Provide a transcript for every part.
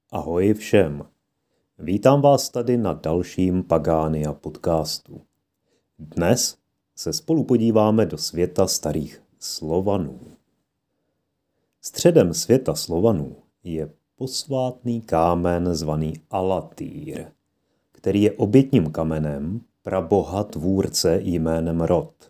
Ahoj všem. Vítám vás tady na dalším Pagania podcastu. Dnes se spolu podíváme do světa starých Slovanů. Středem světa Slovanů je posvátný kámen zvaný Alatýr, který je obětním kamenem praboha tvůrce jménem Rod.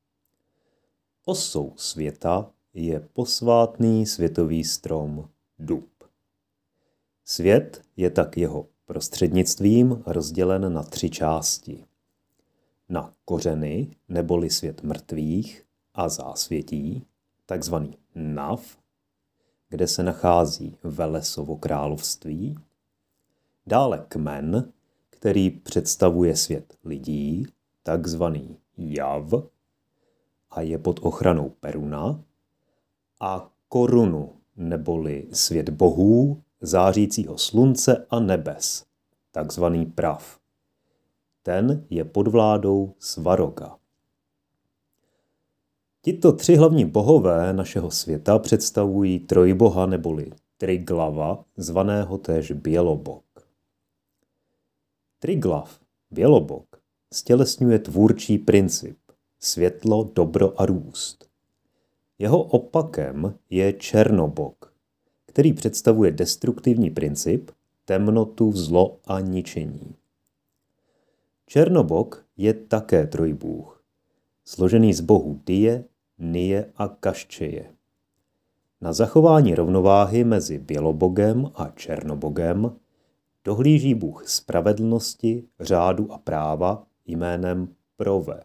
Osou světa je posvátný světový strom dub. Svět je tak jeho prostřednictvím rozdělen na 3 části. Na kořeny, neboli svět mrtvých, a zásvětí, takzvaný Nav, kde se nachází Velesovo království. Dále kmen, který představuje svět lidí, takzvaný Jav, a je pod ochranou Peruna. A korunu, neboli svět bohů, zářícího slunce a nebes, takzvaný prav. Ten je pod vládou Svaroga. Tito 3 hlavní bohové našeho světa představují trojboha neboli Triglava, zvaného též Bělobok. Triglav, Bělobok, stělesňuje tvůrčí princip, světlo, dobro a růst. Jeho opakem je Černobok, který představuje destruktivní princip, temnotu, zlo a ničení. Černobok je také trojbůh, složený z bohů Dije, Nije a Kaščeje. Na zachování rovnováhy mezi Bělobogem a Černobogem dohlíží bůh spravedlnosti, řádu a práva jménem Prove.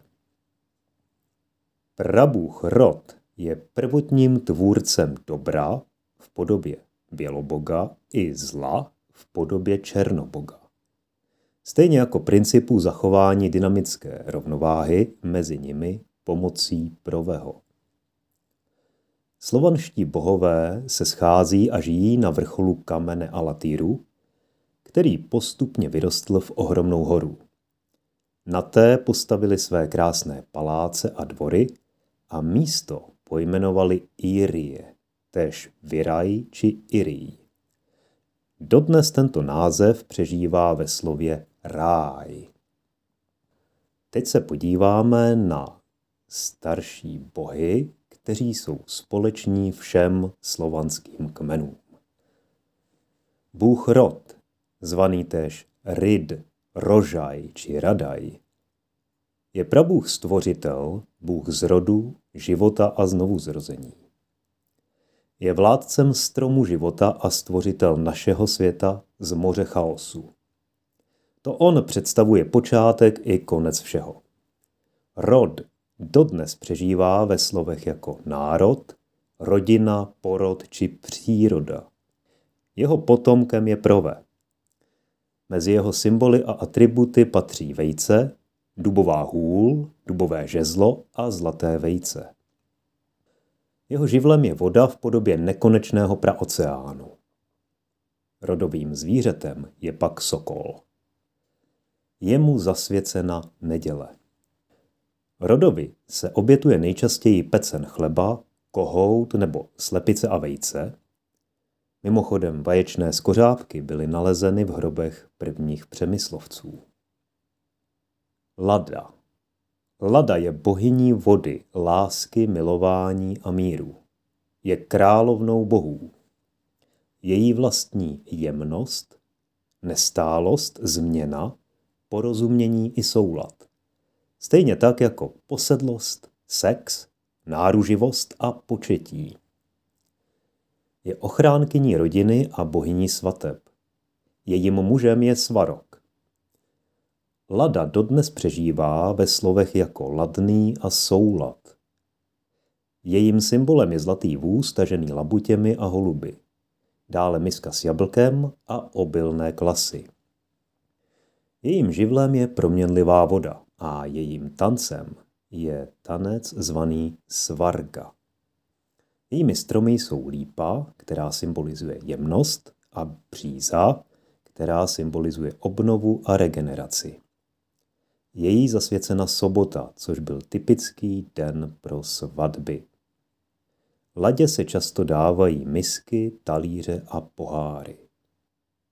Prabůh Rod je prvotním tvůrcem dobra v podobě Běloboga i zla v podobě Černoboga. Stejně jako principu zachování dynamické rovnováhy mezi nimi pomocí Proveho. Slovanští bohové se schází a žijí na vrcholu kamene Alatýru, který postupně vyrostl v ohromnou horu. Na té postavili své krásné paláce a dvory a místo pojmenovali Írie, též Viraj či Irii. Dodnes tento název přežívá ve slově ráj. Teď se podíváme na starší bohy, kteří jsou společní všem slovanským kmenům. Bůh Rod, zvaný též Rid, Rožaj či Radaj, je prabůh stvořitel, bůh zrodu, života a znovuzrození. Je vládcem stromu života a stvořitel našeho světa z moře chaosu. To on představuje počátek i konec všeho. Rod dodnes přežívá ve slovech jako národ, rodina, porod či příroda. Jeho potomkem je Prove. Mezi jeho symboly a atributy patří vejce, dubová hůl, dubové žezlo a zlaté vejce. Jeho živlem je voda v podobě nekonečného praoceánu. Rodovým zvířetem je pak sokol. Je mu zasvěcena neděle. Rodovi se obětuje nejčastěji pecen chleba, kohout nebo slepice a vejce. Mimochodem vaječné skořápky byly nalezeny v hrobech prvních přemyslovců. Lada. Lada je bohyní vody, lásky, milování a míru. Je královnou bohů. Její vlastní jemnost, nestálost, změna, porozumění i soulad. Stejně tak jako posedlost, sex, náruživost a početí. Je ochránkyní rodiny a bohyní svateb. Jejím mužem je Svarog. Lada dodnes přežívá ve slovech jako ladný a soulad. Jejím symbolem je zlatý vůz tažený labutěmi a holuby. Dále miska s jablkem a obilné klasy. Jejím živlem je proměnlivá voda a jejím tancem je tanec zvaný Svarga. Jejími stromy jsou lípa, která symbolizuje jemnost, a bříza, která symbolizuje obnovu a regeneraci. Je jí zasvěcena sobota, což byl typický den pro svatby. Ladě se často dávají misky, talíře a poháry.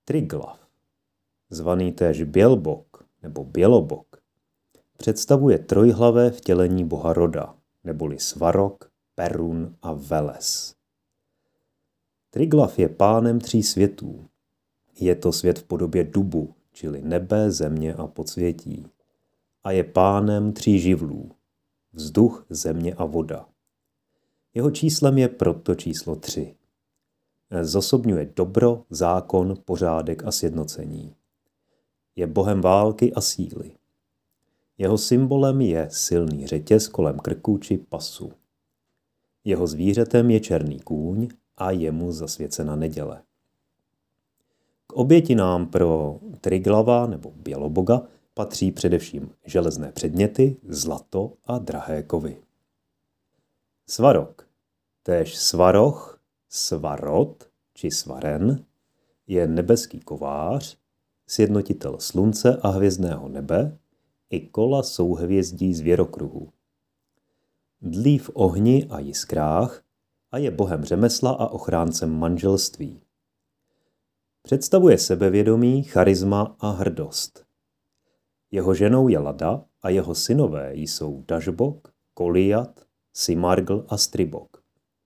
Triglav, zvaný též Bělbok nebo Bělobok, představuje trojhlavé vtělení boha roda, neboli Svarog, Perun a Veles. Triglav je pánem 3 světů. Je to svět v podobě dubu, čili nebe, země a podsvětí. A je pánem 3 živlů, vzduch, země a voda. Jeho číslem je proto číslo 3. Zosobňuje dobro, zákon, pořádek a sjednocení. Je bohem války a síly. Jeho symbolem je silný řetěz kolem krku či pasu. Jeho zvířetem je černý kůň a je mu zasvěcena neděle. K obětinám pro Triglava nebo Běloboga patří především železné předměty, zlato a drahé kovy. Svarog, též Svarog, Svarot či Svaren, je nebeský kovář, sjednotitel slunce a hvězdného nebe i kola souhvězdí zvěrokruhu. Dlí v ohni a jiskrách a je bohem řemesla a ochráncem manželství. Představuje sebevědomí, charisma a hrdost. Jeho ženou je Lada a jeho synové jsou Dažbok, Koliat, Simargl a Stribok.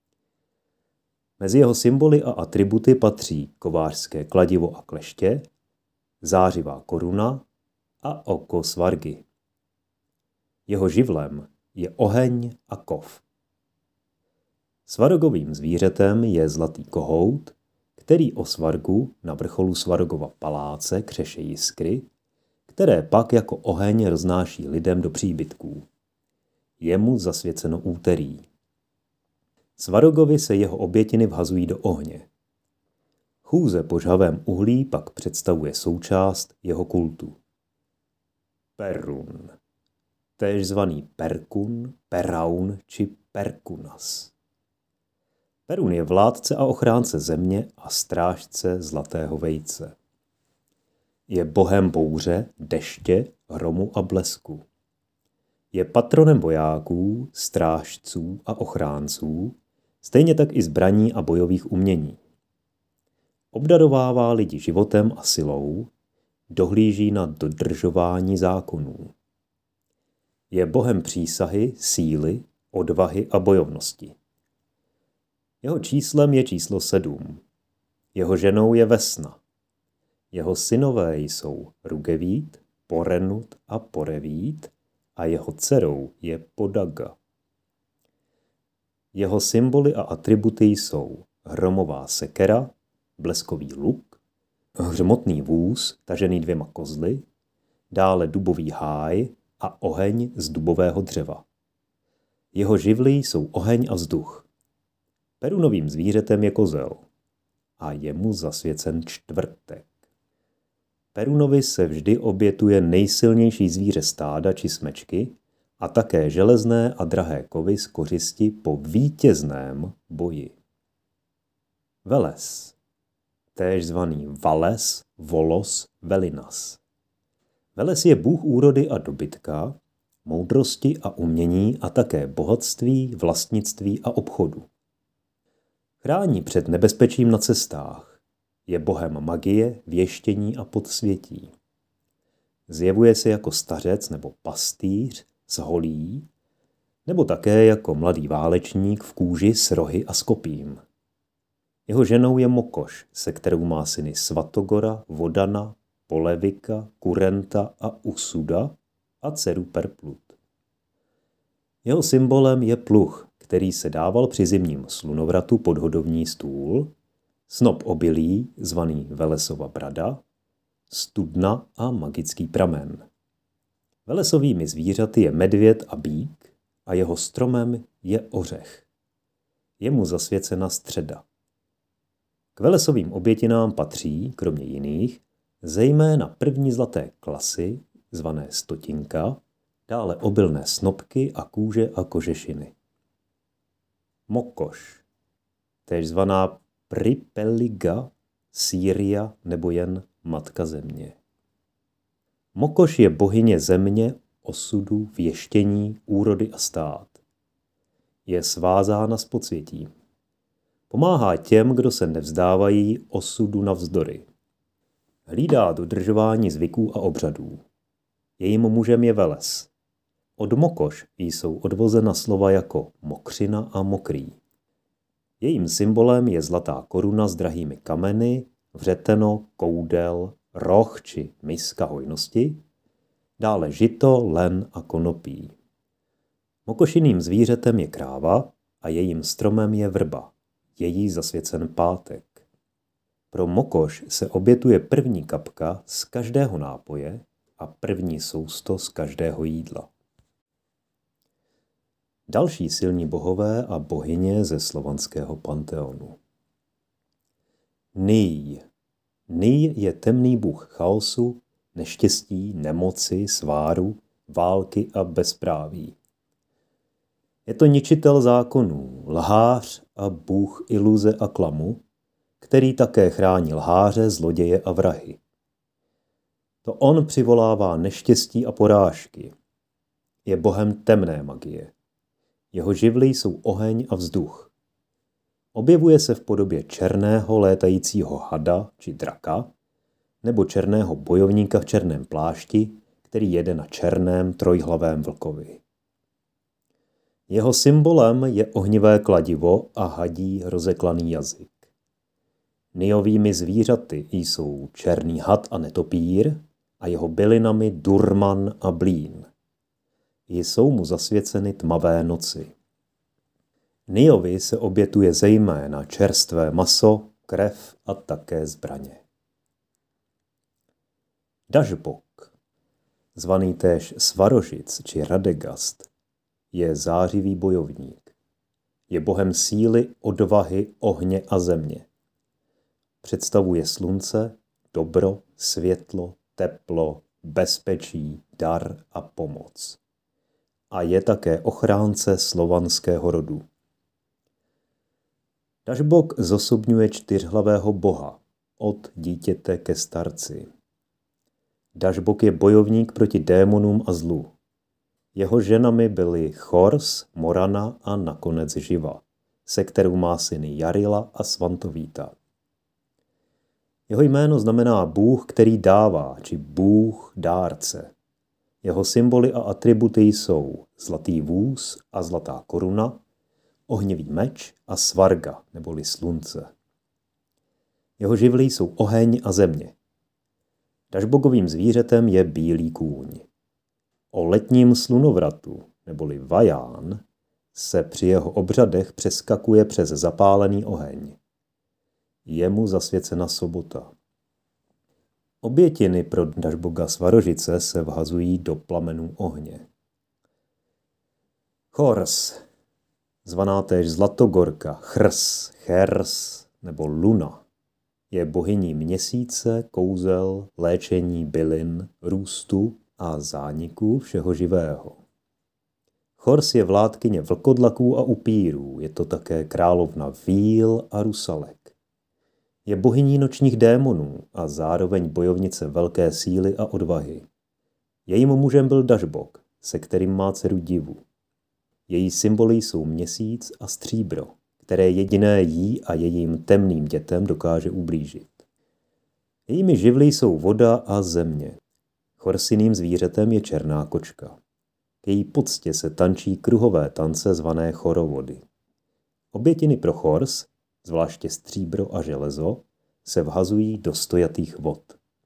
Mezi jeho symboly a atributy patří kovářské kladivo a kleště, zářivá koruna a oko Svargy. Jeho živlem je oheň a kov. Svarogovým zvířetem je zlatý kohout, který o Svargu na vrcholu Svarogova paláce křeše jiskry, které pak jako oheň roznáší lidem do příbytků. Je mu zasvěceno úterý. Svarogovi se jeho obětiny vhazují do ohně. Chůze po žhavém uhlí pak představuje součást jeho kultu. Perun, též zvaný Perkun, Peraun či Perkunas. Perun je vládce a ochránce země a strážce zlatého vejce. Je bohem bouře, deště, hromu a blesku. Je patronem vojáků, strážců a ochránců, stejně tak i zbraní a bojových umění. Obdarovává lidi životem a silou, dohlíží na dodržování zákonů. Je bohem přísahy, síly, odvahy a bojovnosti. Jeho číslem je číslo 7. Jeho ženou je Vesna. Jeho synové jsou Rugevít, Porenut a Porevít a jeho dcerou je Podaga. Jeho symboly a atributy jsou hromová sekera, bleskový luk, hřmotný vůz tažený 2 kozly, dále dubový háj a oheň z dubového dřeva. Jeho živly jsou oheň a vzduch. Perunovým zvířetem je kozel a je mu zasvěcen čtvrtek. Perunovi se vždy obětuje nejsilnější zvíře stáda či smečky a také železné a drahé kovy z kořisti po vítězném boji. Veles, též zvaný Vales, Volos, Velinas. Veles je bůh úrody a dobytka, moudrosti a umění a také bohatství, vlastnictví a obchodu. Chrání před nebezpečím na cestách. Je bohem magie, věštění a podsvětí. Zjevuje se jako stařec nebo pastýř s holí, nebo také jako mladý válečník v kůži s rohy a s kopím. Jeho ženou je Mokoš, se kterou má syny Svatogora, Vodana, Polevika, Kurenta a Usuda a dceru Perplut. Jeho symbolem je pluh, který se dával při zimním slunovratu pod hodovní stůl, snop obilí, zvaný Velesova brada, studna a magický pramen. Velesovými zvířaty je medvěd a býk a jeho stromem je ořech. Je mu zasvěcena středa. K Velesovým obětinám patří, kromě jiných, zejména první zlaté klasy, zvané stotinka, dále obilné snopky a kůže a kožešiny. Mokoš, též zvaná Pripeliga, Sýria nebo jen Matka země. Mokoš je bohyně země, osudu, věštění, úrody a stát. Je svázána s podsvětím. Pomáhá těm, kdo se nevzdávají osudu navzdory. Hlídá dodržování zvyků a obřadů. Jejím mužem je Veles. Od Mokoš jsou odvozena slova jako mokřina a mokrý. Jejím symbolem je zlatá koruna s drahými kameny, vřeteno, koudel, roh či miska hojnosti, dále žito, len a konopí. Mokošiným zvířetem je kráva a jejím stromem je vrba, její zasvěcen pátek. Pro Mokoš se obětuje první kapka z každého nápoje a první sousto z každého jídla. Další silní bohové a bohyně ze slovanského panteonu. Nij. Nij je temný bůh chaosu, neštěstí, nemoci, sváru, války a bezpráví. Je to ničitel zákonů, lhář a bůh iluze a klamu, který také chrání lháře, zloděje a vrahy. To on přivolává neštěstí a porážky. Je bohem temné magie. Jeho živly jsou oheň a vzduch. Objevuje se v podobě černého létajícího hada či draka, nebo černého bojovníka v černém plášti, který jede na černém trojhlavém vlkovi. Jeho symbolem je ohnivé kladivo a hadí rozeklaný jazyk. Nijovými zvířaty jsou černý had a netopír a jeho bylinami durman a blín. Jsou mu zasvěceny tmavé noci. Nijovi se obětuje zejména čerstvé maso, krev a také zbraně. Dažbok, zvaný též Svarožic či Radegast, je zářivý bojovník. Je bohem síly, odvahy, ohně a země. Představuje slunce, dobro, světlo, teplo, bezpečí, dar a pomoc. A je také ochránce slovanského rodu. Dažbok zosobňuje čtyřhlavého boha, od dítěte ke starci. Dažbok je bojovník proti démonům a zlu. Jeho ženami byly Chors, Morana a nakonec Živa, se kterou má syny Jarila a Svantovíta. Jeho jméno znamená Bůh, který dává, či Bůh dárce. Jeho symboly a atributy jsou zlatý vůz a zlatá koruna, ohnivý meč a svarga, neboli slunce. Jeho živly jsou oheň a země. Dažbogovým zvířetem je bílý kůň. O letním slunovratu, neboli vaján, se při jeho obřadech přeskakuje přes zapálený oheň. Je mu zasvěcena sobota. Obětiny pro Dažboga Svarožice se vhazují do plamenů ohně. Chors, zvaná též Zlatogorka, Chrs, Chers nebo Luna, je bohyní měsíce, kouzel, léčení bylin, růstu a zániku všeho živého. Chors je vládkyně vlkodlaků a upírů, je to také královna víl a rusalek. Je bohyní nočních démonů a zároveň bojovnice velké síly a odvahy. Jejím mužem byl Dažbok, se kterým má dceru Divu. Její symboly jsou měsíc a stříbro, které jediné jí a jejím temným dětem dokáže ublížit. Jejími živly jsou voda a země. Chorsiným zvířetem je černá kočka. K její poctě se tančí kruhové tance zvané chorovody. Obětiny pro Chors, zvláště stříbro a železo, se vhazují do stojatých vod.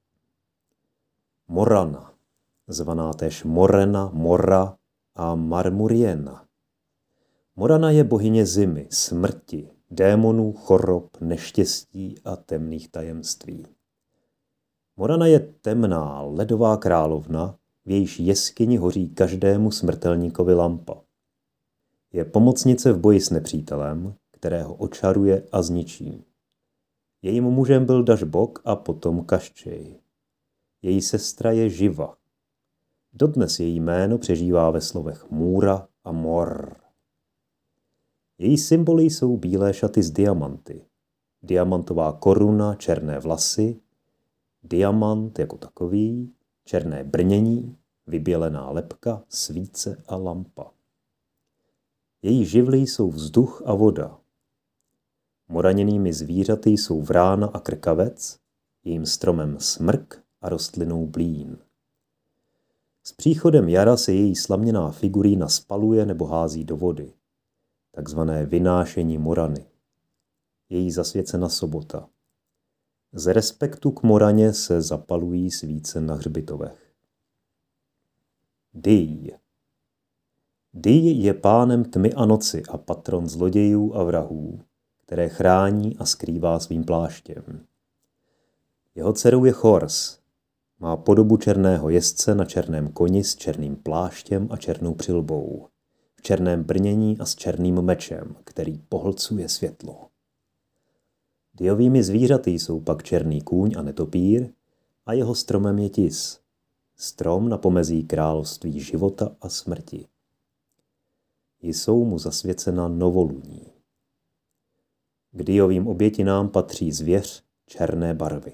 Morana, zvaná též Morena, Mora a Marmuriena. Morana je bohyně zimy, smrti, démonů, chorob, neštěstí a temných tajemství. Morana je temná, ledová královna, v jejíž jeskyni hoří každému smrtelníkovi lampa. Je pomocnice v boji s nepřítelem, kterého očaruje a zničí. Jejím mužem byl Dažbok a potom Kaščej. Její sestra je Živa. Dodnes její jméno přežívá ve slovech Můra a Mor. Její symboly jsou bílé šaty z diamanty, diamantová koruna, černé vlasy, diamant jako takový, černé brnění, vybělená lebka, svíce a lampa. Její živly jsou vzduch a voda. Moraněnými zvířaty jsou vrána a krkavec, jejím stromem smrk a rostlinou blín. S příchodem jara se její slaměná figurína spaluje nebo hází do vody, takzvané vynášení morany. Její zasvěcená sobota. Z respektu k moraně se zapalují svíce na hřbitovech. Dij. Dij je pánem tmy a noci a patron zlodějů a vrahů, které chrání a skrývá svým pláštěm. Jeho dcerou je Chors. Má podobu černého jezdce na černém koni s černým pláštěm a černou přilbou, v černém brnění a s černým mečem, který pohlcuje světlo. Dijovými zvířaty jsou pak černý kůň a netopír a jeho stromem je tis, strom na pomezí království života a smrti. Jsou mu zasvěcena novoluní. K Dijovým obětinám patří zvěř černé barvy.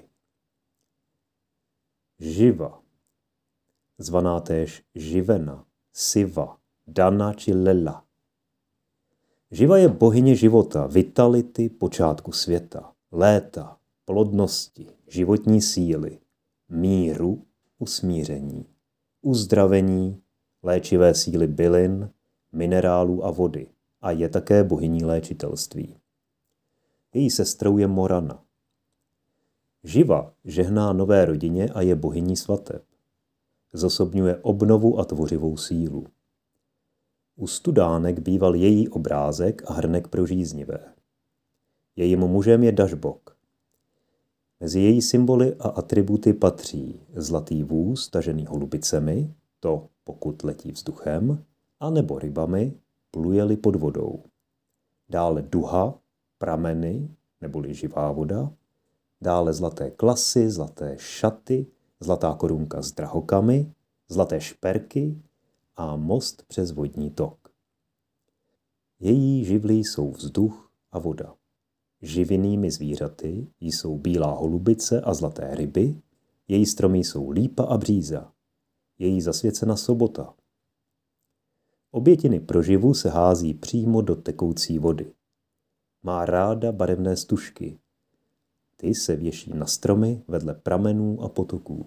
Živa, zvaná též Živena, Siva, Dana či Lela. Živa je bohyně života, vitality, počátku světa, léta, plodnosti, životní síly, míru, usmíření, uzdravení, léčivé síly bylin, minerálů a vody a je také bohyní léčitelství. Její sestrou je Morana. Živa žehná nové rodině a je bohyní svateb. Zosobňuje obnovu a tvořivou sílu. U studánek býval její obrázek a hrnek pro žíznivé. Jejím mužem je Dažbok. Mezi její symboly a atributy patří zlatý vůz tažený holubicemi, to pokud letí vzduchem, a nebo rybami, pluje-li pod vodou. Dále duha, prameny, neboli živá voda, dále zlaté klasy, zlaté šaty, zlatá korunka s drahokamy, zlaté šperky a most přes vodní tok. Její živly jsou vzduch a voda. Živinnými zvířaty jsou bílá holubice a zlaté ryby, její stromy jsou lípa a bříza, její zasvěcena sobota. Obětiny pro živu se hází přímo do tekoucí vody. Má ráda barevné stužky. Ty se věší na stromy vedle pramenů a potoků.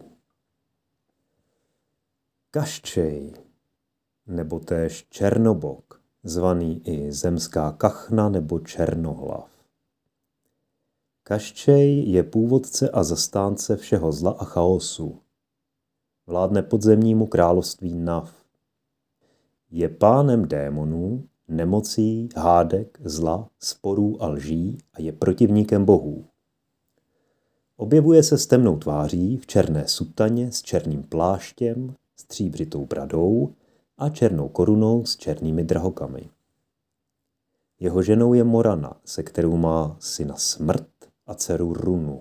Kaščej, nebo též černobok, zvaný i zemská kachna nebo černohlav. Kaščej je původce a zastánce všeho zla a chaosu. Vládne podzemnímu království Nav. Je pánem démonů, nemocí, hádek, zla, sporů a lží a je protivníkem bohů. Objevuje se s temnou tváří v černé sutaně s černým pláštěm, stříbřitou bradou a černou korunou s černými drahokamy. Jeho ženou je Morana, se kterou má syna Smrt a dceru Runu.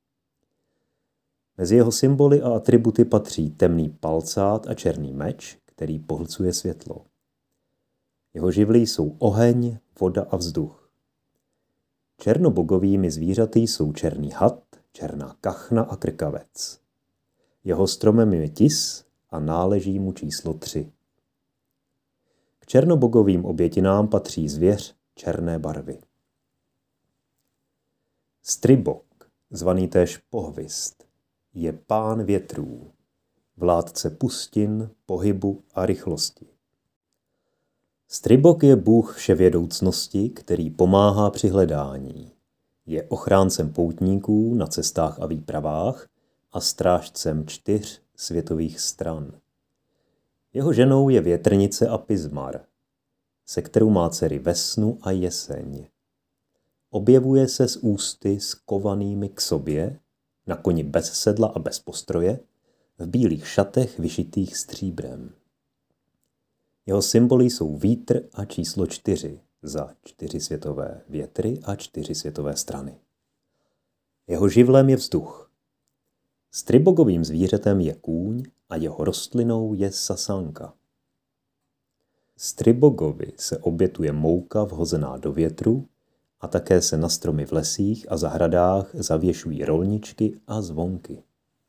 Mezi jeho symboly a atributy patří temný palcát a černý meč, který pohlcuje světlo. Jeho živly jsou oheň, voda a vzduch. Černobogovými zvířaty jsou černý had, černá kachna a krkavec. Jeho stromem je tis a náleží mu číslo 3. K černobogovým obětinám patří zvěř černé barvy. Stribok, zvaný též Pohvist, je pán větrů, vládce pustin, pohybu a rychlosti. Stribok je bůh vševědoucnosti, který pomáhá při hledání. Je ochráncem poutníků na cestách a výpravách a strážcem 4 světových stran. Jeho ženou je větrnice a Pismar, se kterou má dcery Vesnu a Jeseň. Objevuje se s ústy skovanými k sobě, na koni bez sedla a bez postroje, v bílých šatech vyšitých stříbrem. Jeho symboly jsou vítr a číslo 4 za 4 světové větry a 4 světové strany. Jeho živlem je vzduch. Stribogovým zvířetem je kůň a jeho rostlinou je sasanka. Stribogovi se obětuje mouka vhozená do větru a také se na stromy v lesích a zahradách zavěšují rolničky a zvonky.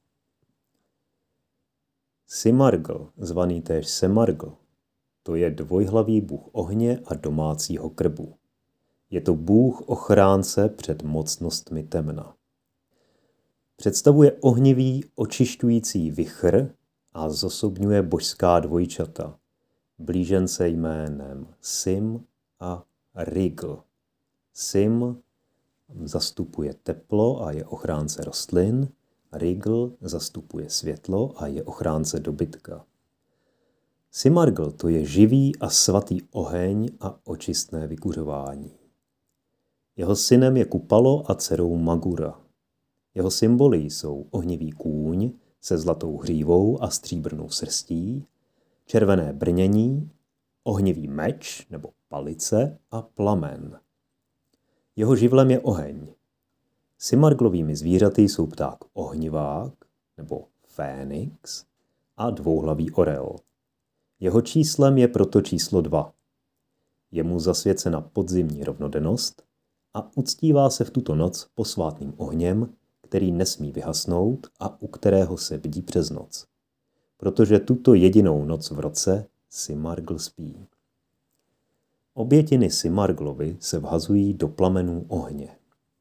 Simargl, zvaný též Semargl, to je dvojhlavý bůh ohně a domácího krbu. Je to bůh ochránce před mocnostmi temna. Představuje ohnivý, očišťující vichr a zosobňuje božská dvojčata, blížence jménem Sim a Rigl. Sim zastupuje teplo a je ochránce rostlin, Rigl zastupuje světlo a je ochránce dobytka. Simargl to je živý a svatý oheň a očistné vykuřování. Jeho synem je Kupalo a dcerou Magura. Jeho symboly jsou ohnivý kůň se zlatou hřívou a stříbrnou srstí, červené brnění, ohnivý meč nebo palice a plamen. Jeho živlem je oheň. Simarglovými zvířaty jsou pták ohnivák nebo fénix a dvouhlavý orel. Jeho číslem je proto číslo 2. Je mu zasvěcena podzimní rovnodennost a uctívá se v tuto noc posvátným ohněm, který nesmí vyhasnout a u kterého se bdí přes noc. Protože tuto jedinou noc v roce Simargl spí. Obětiny Simarglovi se vhazují do plamenů ohně.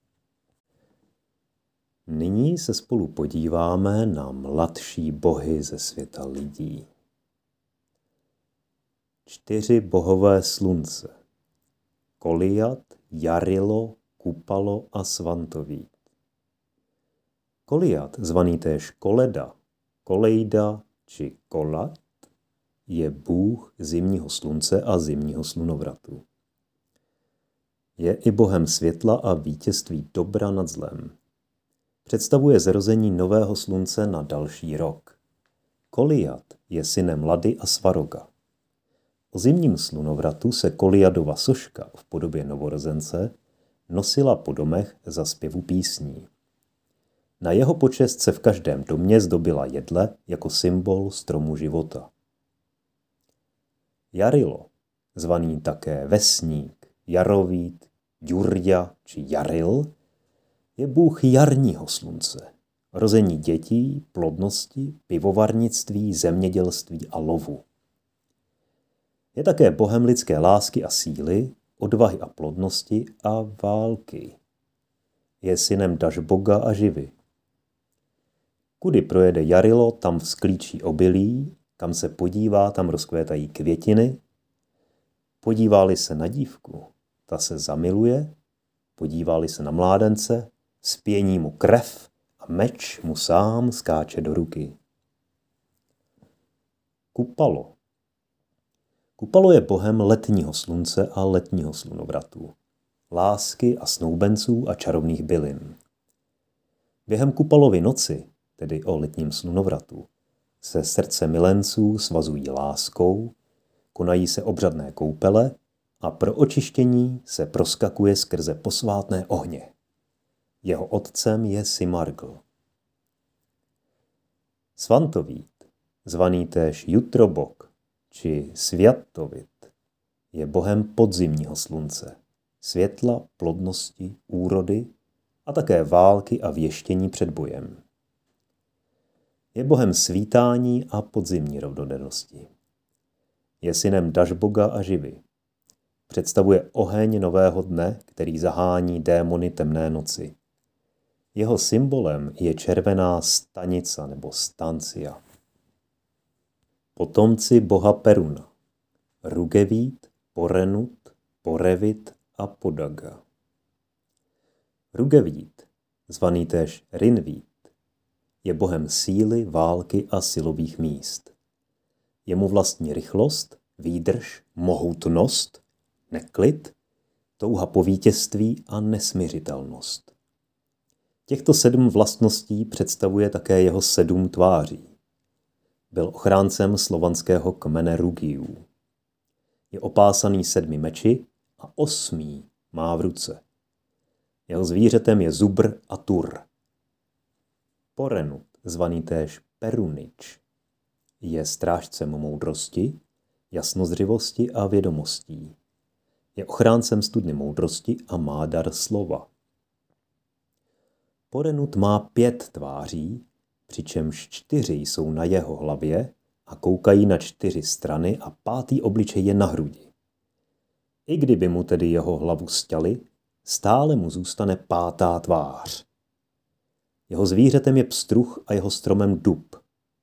Nyní se spolu podíváme na mladší bohy ze světa lidí. 4 bohové slunce. Kolijat, Jarilo, Kupalo a Svantovít. Kolijat, zvaný též Koleda, Kolejda či Kolat, je bůh zimního slunce a zimního slunovratu. Je i bohem světla a vítězství dobra nad zlem. Představuje zrození nového slunce na další rok. Kolijat je synem Lady a Svaroga. O zimním slunovratu se Kolijadova soška v podobě novorozence nosila po domech za zpěvu písní. Na jeho počest se v každém domě zdobila jedle jako symbol stromu života. Jarilo, zvaný také Vesník, Jarovít, Ďurďa či Jaril, je bůh jarního slunce, rození dětí, plodnosti, pivovarnictví, zemědělství a lovu. Je také bohem lidské lásky a síly, odvahy a plodnosti a války. Je synem Dažboga a Živy. Kudy projede Jarilo, tam vzklíčí obilí, kam se podívá, tam rozkvétají květiny. Podívá-li se na dívku, ta se zamiluje, podívá-li se na mládence, spění mu krev a meč mu sám skáče do ruky. Kupalo. Kupalo je bohem letního slunce a letního slunovratu, lásky a snoubenců a čarovných bylin. Během Kupalovy noci, tedy o letním slunovratu, se srdce milenců svazují láskou, konají se obřadné koupele a pro očištění se proskakuje skrze posvátné ohně. Jeho otcem je Simargl. Svantovít, zvaný též Jutrobok či Sviatovit, je bohem podzimního slunce, světla, plodnosti, úrody a také války a věštění před bojem. Je bohem svítání a podzimní rovnodennosti. Je synem Dažboga a Živy. Představuje oheň nového dne, který zahání démony temné noci. Jeho symbolem je červená stanica nebo stancia. Potomci boha Peruna. Rugevít, Porenut, Porevit a Podaga. Rugevít, zvaný též Rinvít, je bohem síly, války a silových míst. Je mu vlastní rychlost, výdrž, mohutnost, neklid, touha po vítězství a nesmiřitelnost. Těchto 7 vlastností představuje také jeho 7 tváří. Byl ochráncem slovanského kmene Rugiů. Je opásaný 7 meči a 8 má v ruce. Jeho zvířetem je zubr a tur. Porenut, zvaný též Perunič, je strážcem moudrosti, jasnozřivosti a vědomostí. Je ochráncem studny moudrosti a má dar slova. Porenut má 5 tváří, přičemž 4 jsou na jeho hlavě a koukají na 4 strany a 5. obličej je na hrudi. I kdyby mu tedy jeho hlavu sťali, stále mu zůstane 5. tvář. Jeho zvířetem je pstruh a jeho stromem dub.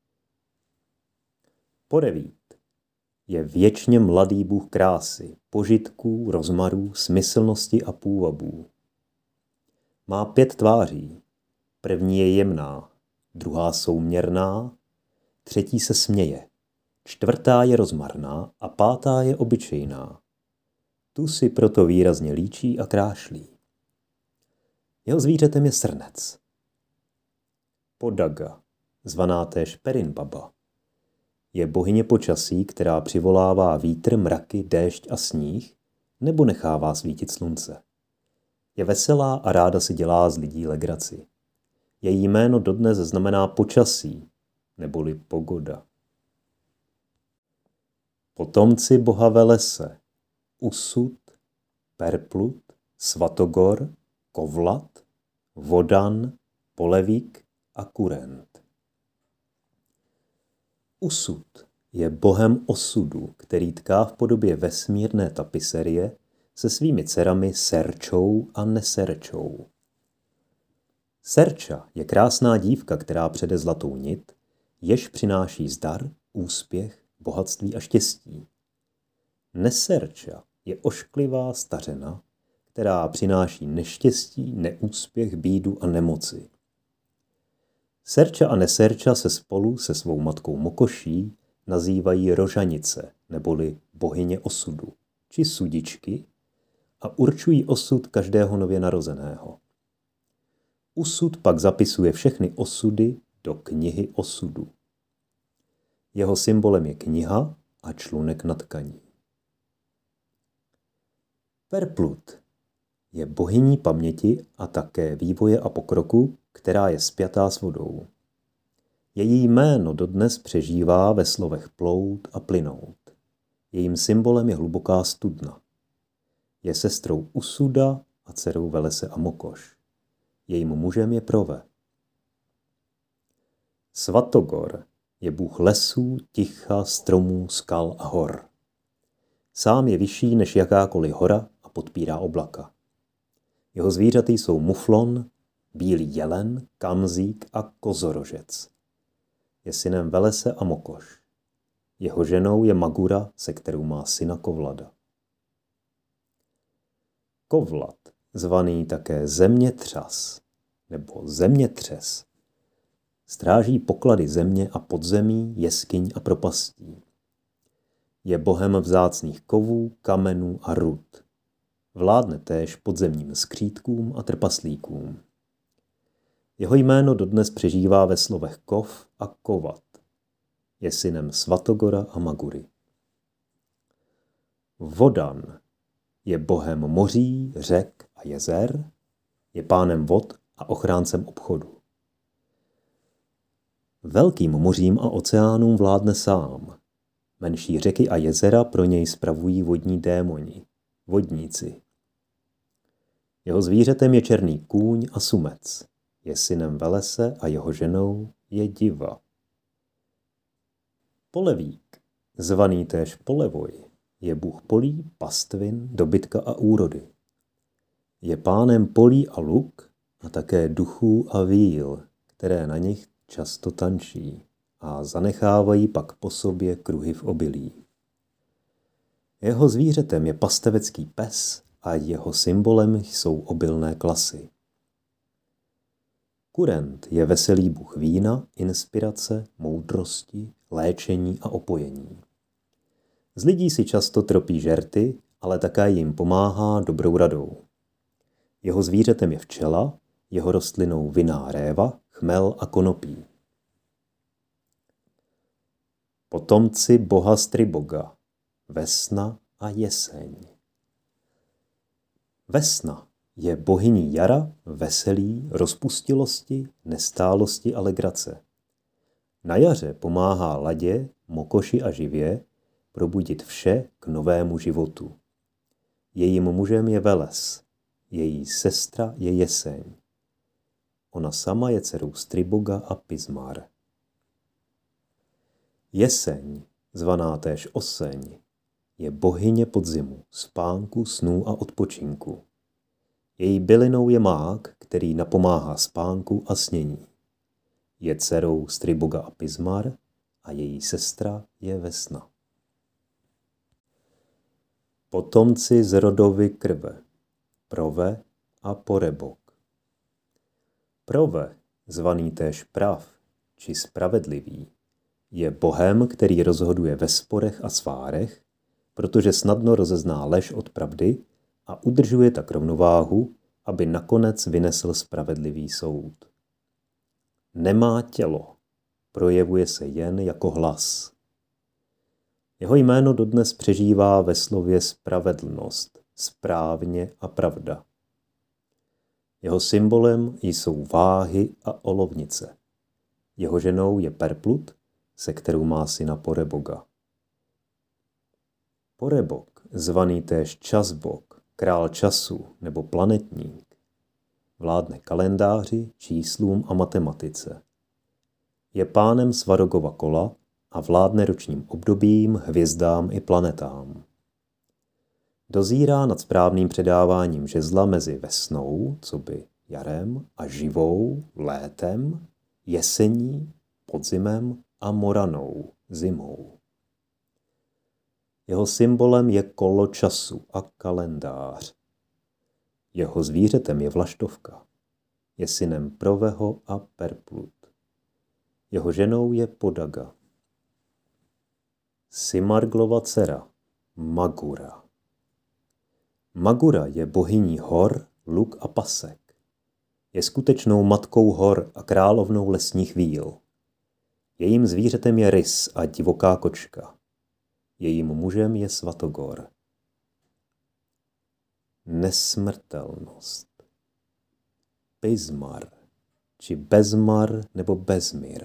Porevít je věčně mladý bůh krásy, požitků, rozmarů, smyslnosti a půvabů. Má 5 tváří. První je jemná, druhá souměrná, třetí se směje, čtvrtá je rozmarná a pátá je obyčejná. Tu si proto výrazně líčí a krášlí. Jeho zvířetem je srnec. Podaga, zvaná též Perinbaba, je bohyně počasí, která přivolává vítr, mraky, déšť a sníh, nebo nechává svítit slunce. Je veselá a ráda si dělá z lidí legraci. Její jméno dodnes znamená počasí, neboli pogoda. Potomci boha Velese: Usud, Perplut, Svatogor, Kovlat, Wodan, Polevik a Kurent. Usud je bohem osudu, který tká v podobě vesmírné tapiserie se svými dcerami Serčou a Neserčou. Serča je krásná dívka, která přede zlatou nit, jež přináší zdar, úspěch, bohatství a štěstí. Neserča je ošklivá stařena, která přináší neštěstí, neúspěch, bídu a nemoci. Serča a Neserča se spolu se svou matkou Mokoší nazývají rožanice, neboli bohyně osudu, či sudičky, a určují osud každého nově narozeného. Usud pak zapisuje všechny osudy do knihy osudu. Jeho symbolem je kniha a člunek na tkaní. Perplut je bohyní paměti a také vývoje a pokroku, která je spjatá s vodou. Její jméno dodnes přežívá ve slovech plout a plynout. Jejím symbolem je hluboká studna. Je sestrou Usuda a dcerou Velese a Mokoš. Jejím mužem je Prove. Svatogor je bůh lesů, ticha, stromů, skal a hor. Sám je vyšší než jakákoliv hora a podpírá oblaka. Jeho zvířaty jsou muflon, bílý jelen, kamzík a kozorožec. Je synem Velese a Mokoš. Jeho ženou je Magura, se kterou má syna Kovlada. Kovlad, zvaný také zemětřas nebo zemětřes, stráží poklady země a podzemí, jeskyň a propastí. Je bohem vzácných kovů, kamenů a rud. Vládne též podzemním skřítkům a trpaslíkům. Jeho jméno dodnes přežívá ve slovech kov a kovat. Je synem Svatogora a Magury. Wodan je bohem moří, řek a jezer, je pánem vod a ochráncem obchodu. Velkým mořím a oceánům vládne sám. Menší řeky a jezera pro něj spravují vodní démoni, vodníci. Jeho zvířetem je černý kůň a sumec. Je synem Velese a jeho ženou je Diva. Polevík, zvaný též Polevoj, je bůh polí, pastvin, dobytka a úrody. Je pánem polí a luk a také duchů a víl, které na nich často tančí a zanechávají pak po sobě kruhy v obilí. Jeho zvířetem je pastevecký pes a jeho symbolem jsou obilné klasy. Kurent je veselý bůh vína, inspirace, moudrosti, léčení a opojení. Z lidí si často tropí žerty, ale také jim pomáhá dobrou radou. Jeho zvířetem je včela, jeho rostlinou vinná réva, chmel a konopí. Potomci boha Striboga, Vesna a Jeseň. Vesna je bohyní jara, veselí, rozpustilosti, nestálosti a legrace. Na jaře pomáhá ladě, mokoši a živě probudit vše k novému životu. Jejím mužem je Veles, její sestra je Jeseň. Ona sama je dcerou Striboga a Pismar. Jeseň, zvaná též Oseň, je bohyně podzimu, spánku, snů a odpočinku. Její bylinou je mák, který napomáhá spánku a snění. Je dcerou Striboga a Pismar a její sestra je Vesna. Potomci z rodovy krve, Prove a Porebok. Prove, zvaný též Prav, či spravedlivý, je bohem, který rozhoduje ve sporech a svárech, protože snadno rozezná lež od pravdy a udržuje tak rovnováhu, aby nakonec vynesl spravedlivý soud. Nemá tělo, projevuje se jen jako hlas. Jeho jméno dodnes přežívá ve slově spravedlnost, správně a pravda. Jeho symbolem jsou váhy a olovnice. Jeho ženou je Perplut, se kterou má syna Poreboga. Porebok, zvaný též Časbok, král času nebo planetník, vládne kalendáři, číslům a matematice. Je pánem Svarogova kola a vládne ročním obdobím, hvězdám i planetám. Dozírá nad správným předáváním žezla mezi vesnou, coby jarem, a živou, létem, jesení, podzimem a moranou, zimou. Jeho symbolem je kolo času a kalendář. Jeho zvířetem je vlaštovka. Je synem Proveho a Perplut. Jeho ženou je Podaga. Simarglova dcera, Magura. Magura je bohyní hor, luk a pasek. Je skutečnou matkou hor a královnou lesních víl. Jejím zvířetem je rys a divoká kočka. Jejím mužem je Svatogor. Nesmrtelnost. Pismar, či Bezmar nebo Bezmir.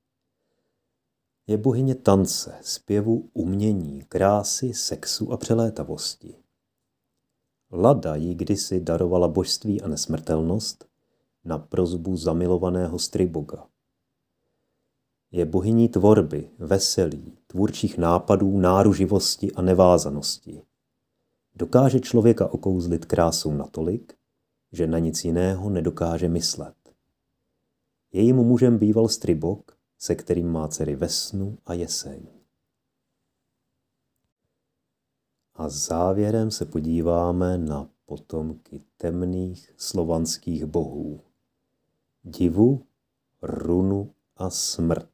Je bohyně tance, zpěvu, umění, krásy, sexu a přelétavosti. Lada jí kdysi darovala božství a nesmrtelnost na prosbu zamilovaného Striboga. Je bohyní tvorby, veselí, tvůrčích nápadů, náruživosti a nevázanosti. Dokáže člověka okouzlit krásou natolik, že na nic jiného nedokáže myslet. Jejím mužem býval Stribog, se kterým má dcery Vesnu a Jeseň. A závěrem se podíváme na potomky temných slovanských bohů. Divu, Runu a smrt.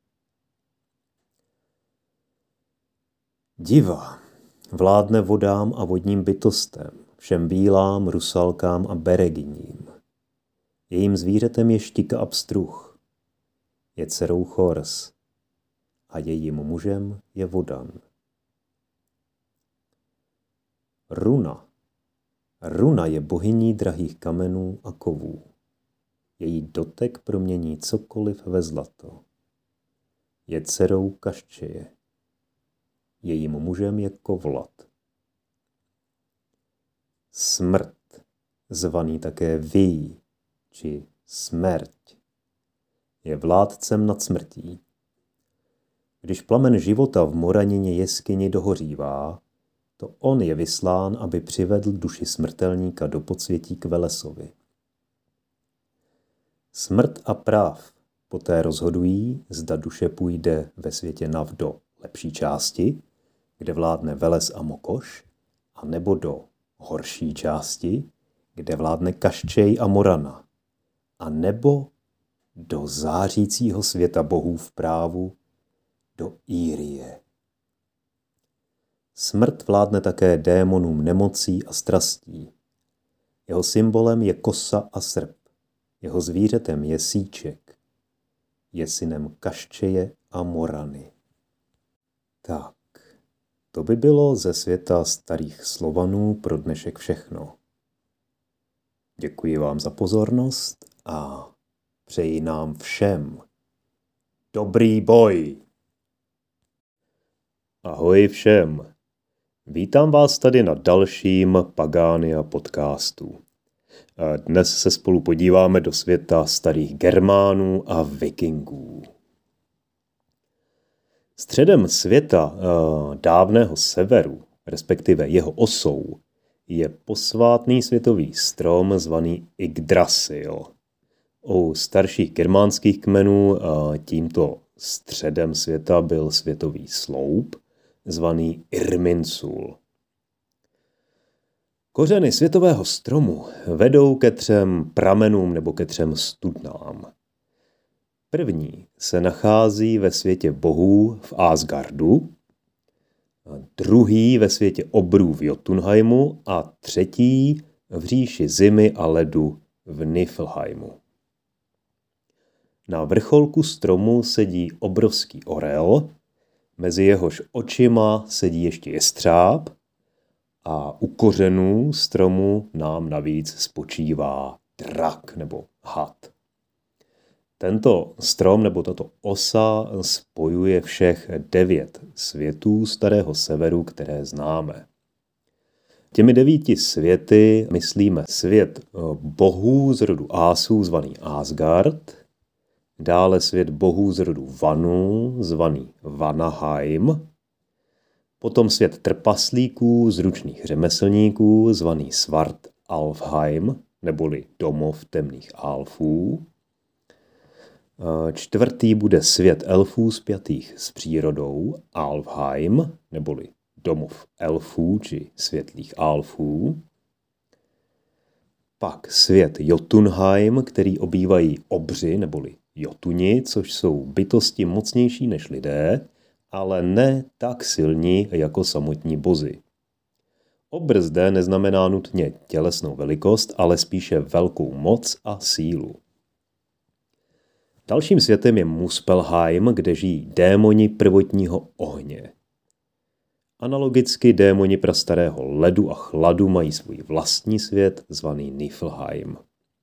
Diva vládne vodám a vodním bytostem, všem bílám, rusalkám a bereginím. Jejím zvířetem je štika a pstruh. Je dcerou Chors a jejím mužem je Vodan. Runa. Runa je bohyní drahých kamenů a kovů. Její dotek promění cokoliv ve zlato. Je dcerou Kaščeje. Jejím mužem je Kovlat. Smrt, zvaný také Vij, či smrť, je vládcem nad smrtí. Když plamen života v moranině jeskyni dohořívá, to on je vyslán, aby přivedl duši smrtelníka do podsvětí k Velesovi. Smrt a práv poté rozhodují, zda duše půjde ve světě Nav do lepší části, kde vládne Veles a Mokoš, a nebo do horší části, kde vládne Kaščej a Morana, a nebo do zářícího světa bohů v právu, do Írie. Smrt vládne také démonům nemocí a strastí. Jeho symbolem je kosa a srp. Jeho zvířetem je síček. Je synem Kaščeje a Morany. Tak, to by bylo ze světa starých Slovanů pro dnešek všechno. Děkuji vám za pozornost a přeji nám všem dobrý boj! Ahoj všem! Vítám vás tady na dalším Pagánia podcastu. Dnes se spolu podíváme do světa starých Germánů a Vikingů. Středem světa dávného severu, respektive jeho osou, je posvátný světový strom zvaný Yggdrasil. U starších germánských kmenů tímto středem světa byl světový sloup, zvaný Irminsul. Kořeny světového stromu vedou ke 3 pramenům nebo ke 3 studnám. První se nachází ve světě bohů v Asgardu, druhý ve světě obrů v Jotunheimu a třetí v říši zimy a ledu v Niflheimu. Na vrcholku stromu sedí obrovský orel, mezi jehož očima sedí ještě jestřáb a u kořenů stromu nám navíc spočívá drak nebo had. Tento strom nebo tato osa spojuje všech 9 světů Starého severu, které známe. Těmi 9 světy myslíme svět bohů z rodu Asů zvaný Asgard, dále svět bohů z rodu Vanu zvaný Vanaheim, potom svět trpaslíků, zručných řemeslníků zvaný Svart Alfheim, neboli domov temných Alfů. 4. bude svět elfů spjatých s přírodou, Alfheim, neboli domov elfů či světlých Alfů. Pak svět Jotunheim, který obývají obři neboli jotuni, což jsou bytosti mocnější než lidé, ale ne tak silní jako samotní bozi. Obr zde neznamená nutně tělesnou velikost, ale spíše velkou moc a sílu. Dalším světem je Muspelheim, kde žijí démoni prvotního ohně. Analogicky démoni prastarého ledu a chladu mají svůj vlastní svět, zvaný Niflheim.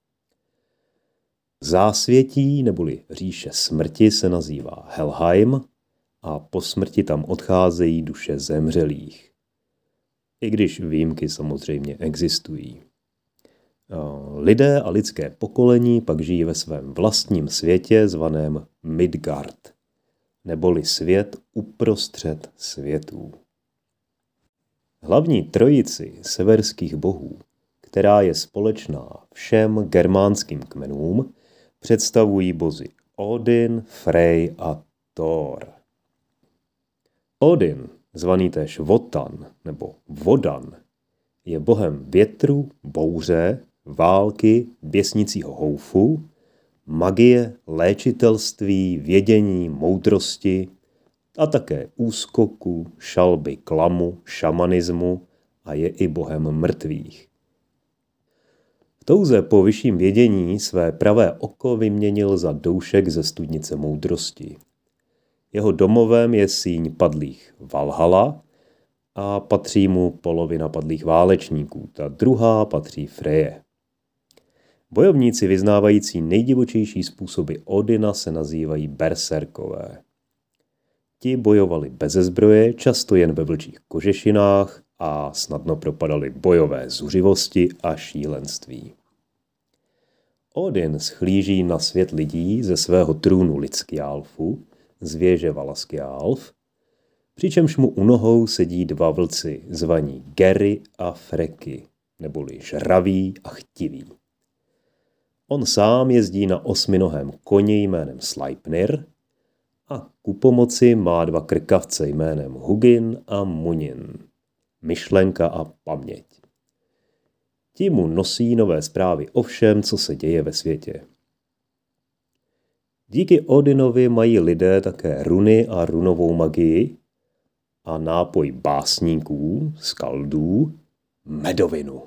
Zásvětí neboli říše smrti se nazývá Helheim a po smrti tam odcházejí duše zemřelých. I když výjimky samozřejmě existují. Lidé a lidské pokolení pak žijí ve svém vlastním světě zvaném Midgard, neboli svět uprostřed světů. Hlavní trojici severských bohů, která je společná všem germánským kmenům, představují bozi Odin, Frey a Thor. Odin, zvaný též Wotan nebo Wodan, je bohem větru, bouře, války, běsnicího houfu, magie, léčitelství, vědění, moudrosti a také úskoku, šalby, klamu, šamanismu a je i bohem mrtvých. V touze po vyšším vědění své pravé oko vyměnil za doušek ze studnice moudrosti. Jeho domovem je síň padlých Valhalla a patří mu polovina padlých válečníků, ta druhá patří Freje. Bojovníci vyznávající nejdivočejší způsoby Odina se nazývají berserkové. Ti bojovali beze zbroje, často jen ve vlčích kožešinách a snadno propadali bojové zuřivosti a šílenství. Odin schlíží na svět lidí ze svého trůnu Lidskjalfu, z věže Valaskjalf, přičemž mu u nohou sedí 2 vlci, zvaní Geri a Freki, neboli žraví a chtiví. On sám jezdí na 8nohém koni jménem Sleipnir a ku pomoci má 2 krkavce jménem Hugin a Munin, myšlenka a paměť. Ti mu nosí nové zprávy o všem, co se děje ve světě. Díky Odinovi mají lidé také runy a runovou magii a nápoj básníků, skaldů, medovinu.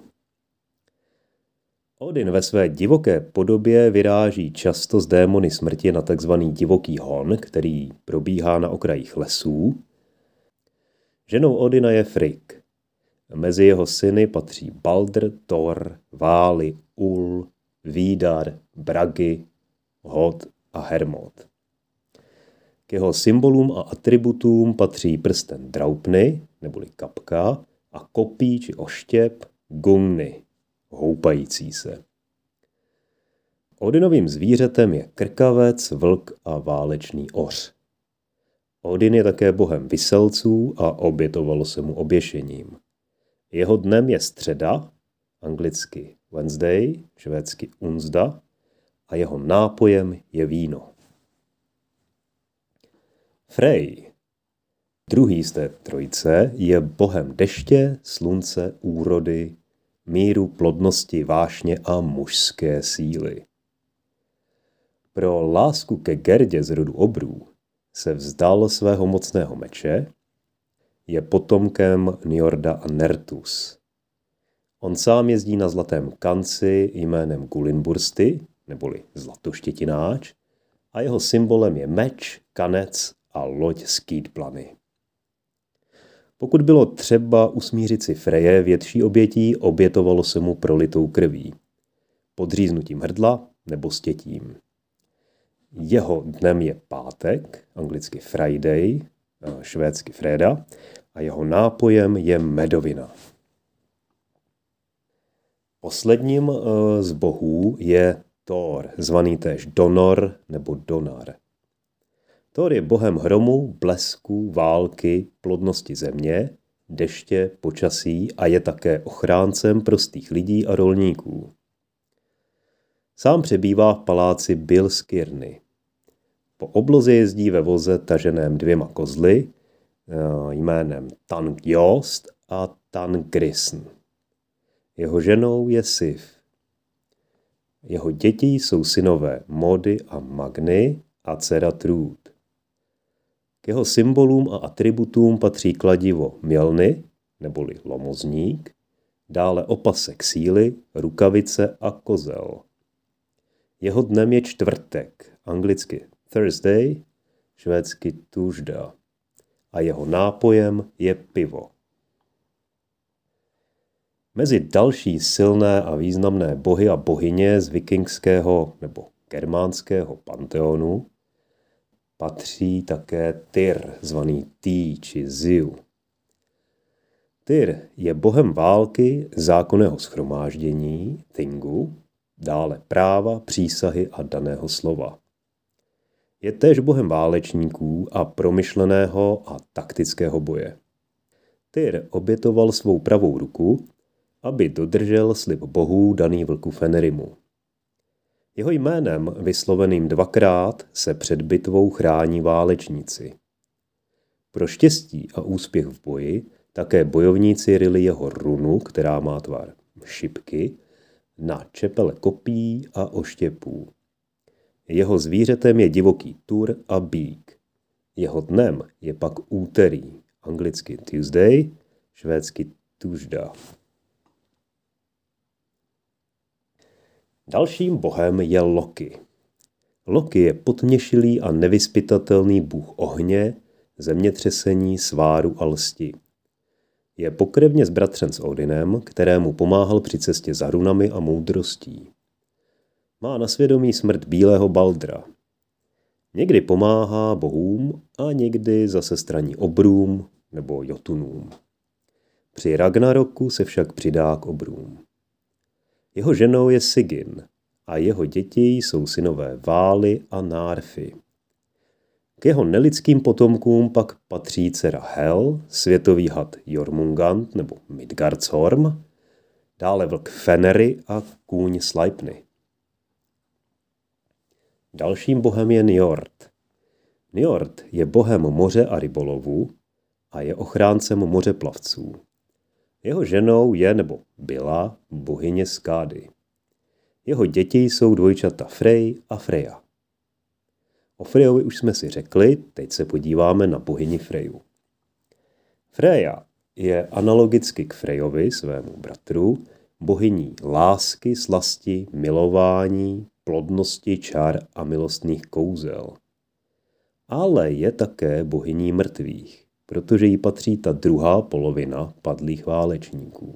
Odin ve své divoké podobě vyráží často z démony smrti na tzv. Divoký hon, který probíhá na okrajích lesů. Ženou Odina je Frigg. Mezi jeho syny patří Baldr, Thor, Váli, Ul, Vidar, Bragi, Hod a Hermod. K jeho symbolům a atributům patří prsten Draupny, neboli kapka, a kopí či oštěp Gungny, houpající se. Odinovým zvířetem je krkavec, vlk a válečný oř. Odin je také bohem viselců a obětovalo se mu oběšením. Jeho dnem je středa, anglicky Wednesday, švédsky onsdag, a jeho nápojem je víno. Frey, druhý z té trojice, je bohem deště, slunce, úrody, míru, plodnosti, vášně a mužské síly. Pro lásku ke Gerdě z rodu Obrů se vzdal svého mocného meče, je potomkem Njorda a Nertus. On sám jezdí na zlatém kanci jménem Gulinbursty, neboli zlatoštětináč, a jeho symbolem je meč, kanec a loď Skídblany. Pokud bylo třeba usmířit si Freje větší obětí, obětovalo se mu prolitou krví, podříznutím hrdla nebo stětím. Jeho dnem je pátek, anglicky Friday, švédsky Freda, a jeho nápojem je medovina. Posledním z bohů je Thor, zvaný též Donor nebo Donar. Thor je bohem hromu, blesku, války, plodnosti země, deště, počasí a je také ochráncem prostých lidí a rolníků. Sám přebývá v paláci Bilskirny. Po obloze jezdí ve voze taženém 2 kozly jménem Tangjost a Tangrisn. Jeho ženou je Sif. Jeho děti jsou synové Mody a Magny a dcera Trud. K jeho symbolům a atributům patří kladivo Mjolny, neboli lomozník, dále opasek síly, rukavice a kozel. Jeho dnem je čtvrtek, anglicky Thursday, švédsky Tužda, a jeho nápojem je pivo. Mezi další silné a významné bohy a bohyně z vikingského nebo germánského panteonu patří také Tyr, zvaný Tí či Ziu. Tyr je bohem války, zákonného shromáždění, Thingu, dále práva, přísahy a daného slova. Je též bohem válečníků a promyšleného a taktického boje. Tyr obětoval svou pravou ruku, aby dodržel slib bohů daný vlku Fenrimu. Jeho jménem, vysloveným 2krát, se před bitvou chrání válečníci. Pro štěstí a úspěch v boji také bojovníci ryli jeho runu, která má tvar šipky, na čepele kopí a oštěpů. Jeho zvířetem je divoký tur a bík. Jeho dnem je pak úterý, anglicky Tuesday, švédsky Tužda. Dalším bohem je Loki. Loki je potměšilý a nevyzpytatelný bůh ohně, zemětřesení, sváru a lsti. Je pokrevně sbratřen s Odinem, kterému pomáhal při cestě za runami a moudrostí. Má na svědomí smrt bílého Baldra. Někdy pomáhá bohům a někdy zase straní obrům nebo jotunům. Při Ragnaroku se však přidá k obrům. Jeho ženou je Sigyn a jeho děti jsou synové Vály a Nárfy. K jeho nelidským potomkům pak patří dcera Hel, světový had Jormungand nebo Midgardsorm, dále vlk Fenry a kůň Sleipny. Dalším bohem je Njord. Njord je bohem moře a rybolovu a je ochráncem mořeplavců. Jeho ženou je nebo byla bohyně Skády. Jeho děti jsou dvojčata Frey a Freja. O Frejovi už jsme si řekli, teď se podíváme na bohyni Freju. Freja je analogicky k Frejovi, svému bratru, bohyní lásky, slasti, milování, plodnosti, čar a milostných kouzel. Ale je také bohyní mrtvých, protože jí patří ta druhá polovina padlých válečníků.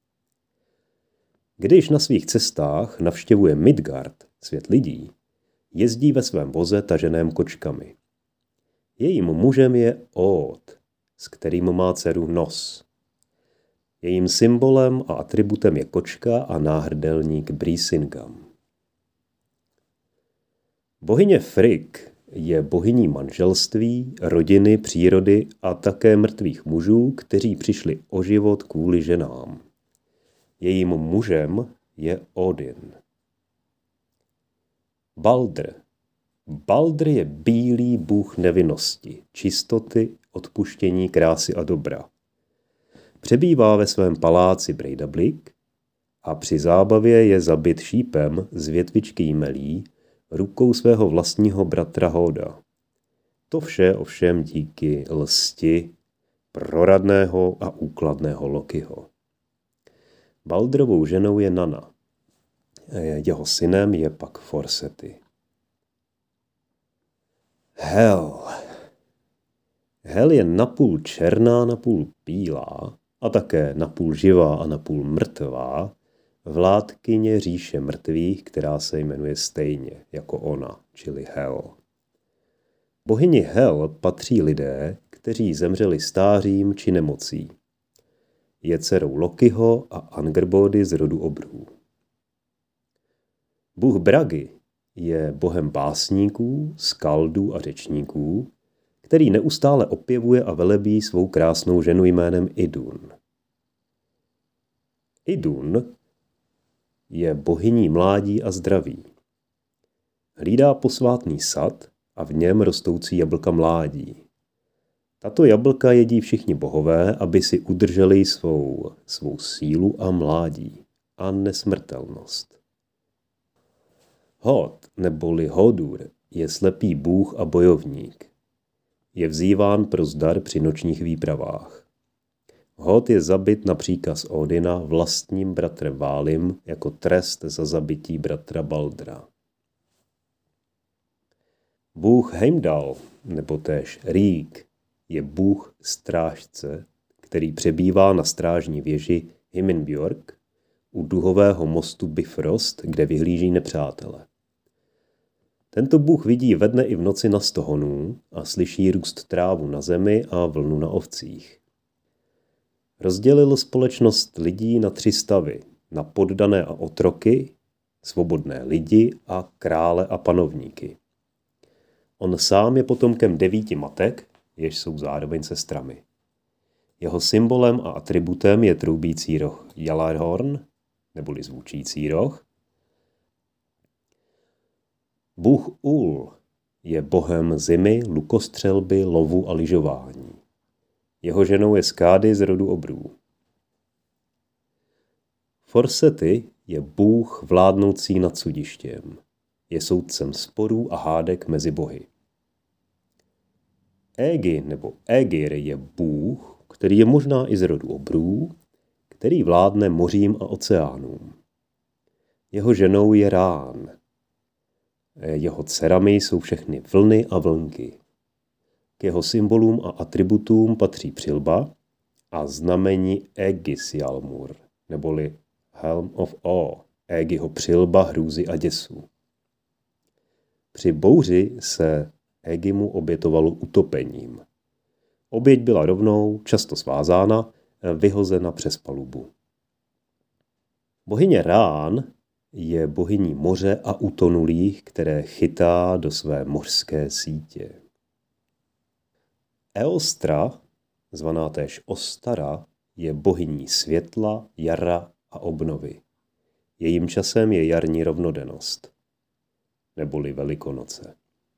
Když na svých cestách navštěvuje Midgard, svět lidí, jezdí ve svém voze taženém kočkami. Jejím mužem je Ód, s kterým má dceru Nos. Jejím symbolem a atributem je kočka a náhrdelník Brísingam. Bohyně Frigg je bohyní manželství, rodiny, přírody a také mrtvých mužů, kteří přišli o život kvůli ženám. Jejím mužem je Odin. Baldr. Baldr je bílý bůh nevinnosti, čistoty, odpuštění, krásy a dobra. Přebývá ve svém paláci Breidablik a při zábavě je zabit šípem z větvičky jmelí rukou svého vlastního bratra Hóda. To vše ovšem díky lsti proradného a úkladného Lokiho. Baldrovou ženou je Nanna. Jeho synem je pak Forseti. Hel. Hel je napůl černá, napůl bílá a také napůl živá a napůl mrtvá vládkyně říše mrtvých, která se jmenuje stejně jako ona, čili Hel. Bohyni Hel patří lidé, kteří zemřeli stářím či nemocí. Je dcerou Lokiho a Angerbody z rodu obrů. Bůh Bragi je bohem básníků, skaldů a řečníků, který neustále opěvuje a velebí svou krásnou ženu jménem Idun. Idun je bohyní mládí a zdraví. Hlídá posvátný sad a v něm rostoucí jablka mládí. Tato jablka jedí všichni bohové, aby si udrželi svou sílu a mládí a nesmrtelnost. Hod neboli Hodur je slepý bůh a bojovník. Je vzýván pro zdar při nočních výpravách. Hod je zabit na příkaz Odina vlastním bratrem Válim jako trest za zabití bratra Baldra. Bůh Heimdall, nebo též Rík, je bůh strážce, který přebývá na strážní věži Himinbjörg u duhového mostu Bifrost, kde vyhlíží nepřátele. Tento bůh vidí ve dne i v noci na stohonů a slyší růst trávu na zemi a vlnu na ovcích. Rozdělil společnost lidí na 3 stavy, na poddané a otroky, svobodné lidi a krále a panovníky. On sám je potomkem 9 matek, jež jsou zároveň sestrami. Jeho symbolem a atributem je troubící roh Gjallarhorn, neboli zvučící roh. Bůh Ul je bohem zimy, lukostřelby, lovu a lyžování. Jeho ženou je Skády z rodu obrů. Forseti je bůh vládnoucí nad sudištěm. Je soudcem sporů a hádek mezi bohy. Égi nebo Aegir je bůh, který je možná i z rodu obrů, který vládne mořím a oceánům. Jeho ženou je Rán. Jeho dcerami jsou všechny vlny a vlnky. K jeho symbolům a atributům patří přilba a znamení Ægisjalmur, neboli Helm of Awe, Égiho přilba hrůzy a děsu. Při bouři se Égimu obětovalo utopením. Oběť byla rovnou, často svázána, vyhozena přes palubu. Bohyně Rán je bohyní moře a utonulých, které chytá do své mořské sítě. Eostra, zvaná též Ostara, je bohyní světla, jara a obnovy. Jejím časem je jarní rovnodennost, neboli Velikonoce.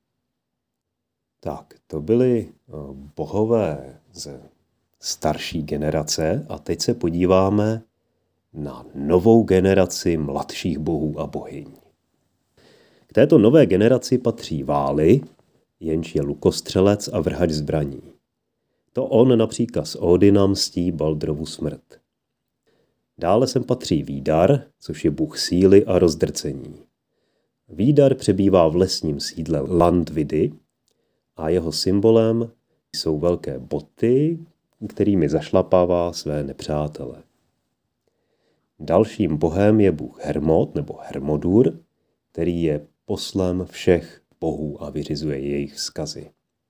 Tak, to byly bohové ze starší generace a teď se podíváme na novou generaci mladších bohů a bohyň. K této nové generaci patří Váli, jenž je lukostřelec a vrhač zbraní. To on na příkaz Odina mstí Baldrovu smrt. Dále sem patří Vídar, což je bůh síly a rozdrcení. Vídar přebývá v lesním sídle Landvidy a jeho symbolem jsou velké boty, kterými zašlapává své nepřátele. Dalším bohem je bůh Hermod nebo Hermodur, který je poslem všech bohů a vyřizuje jejich vzkazy.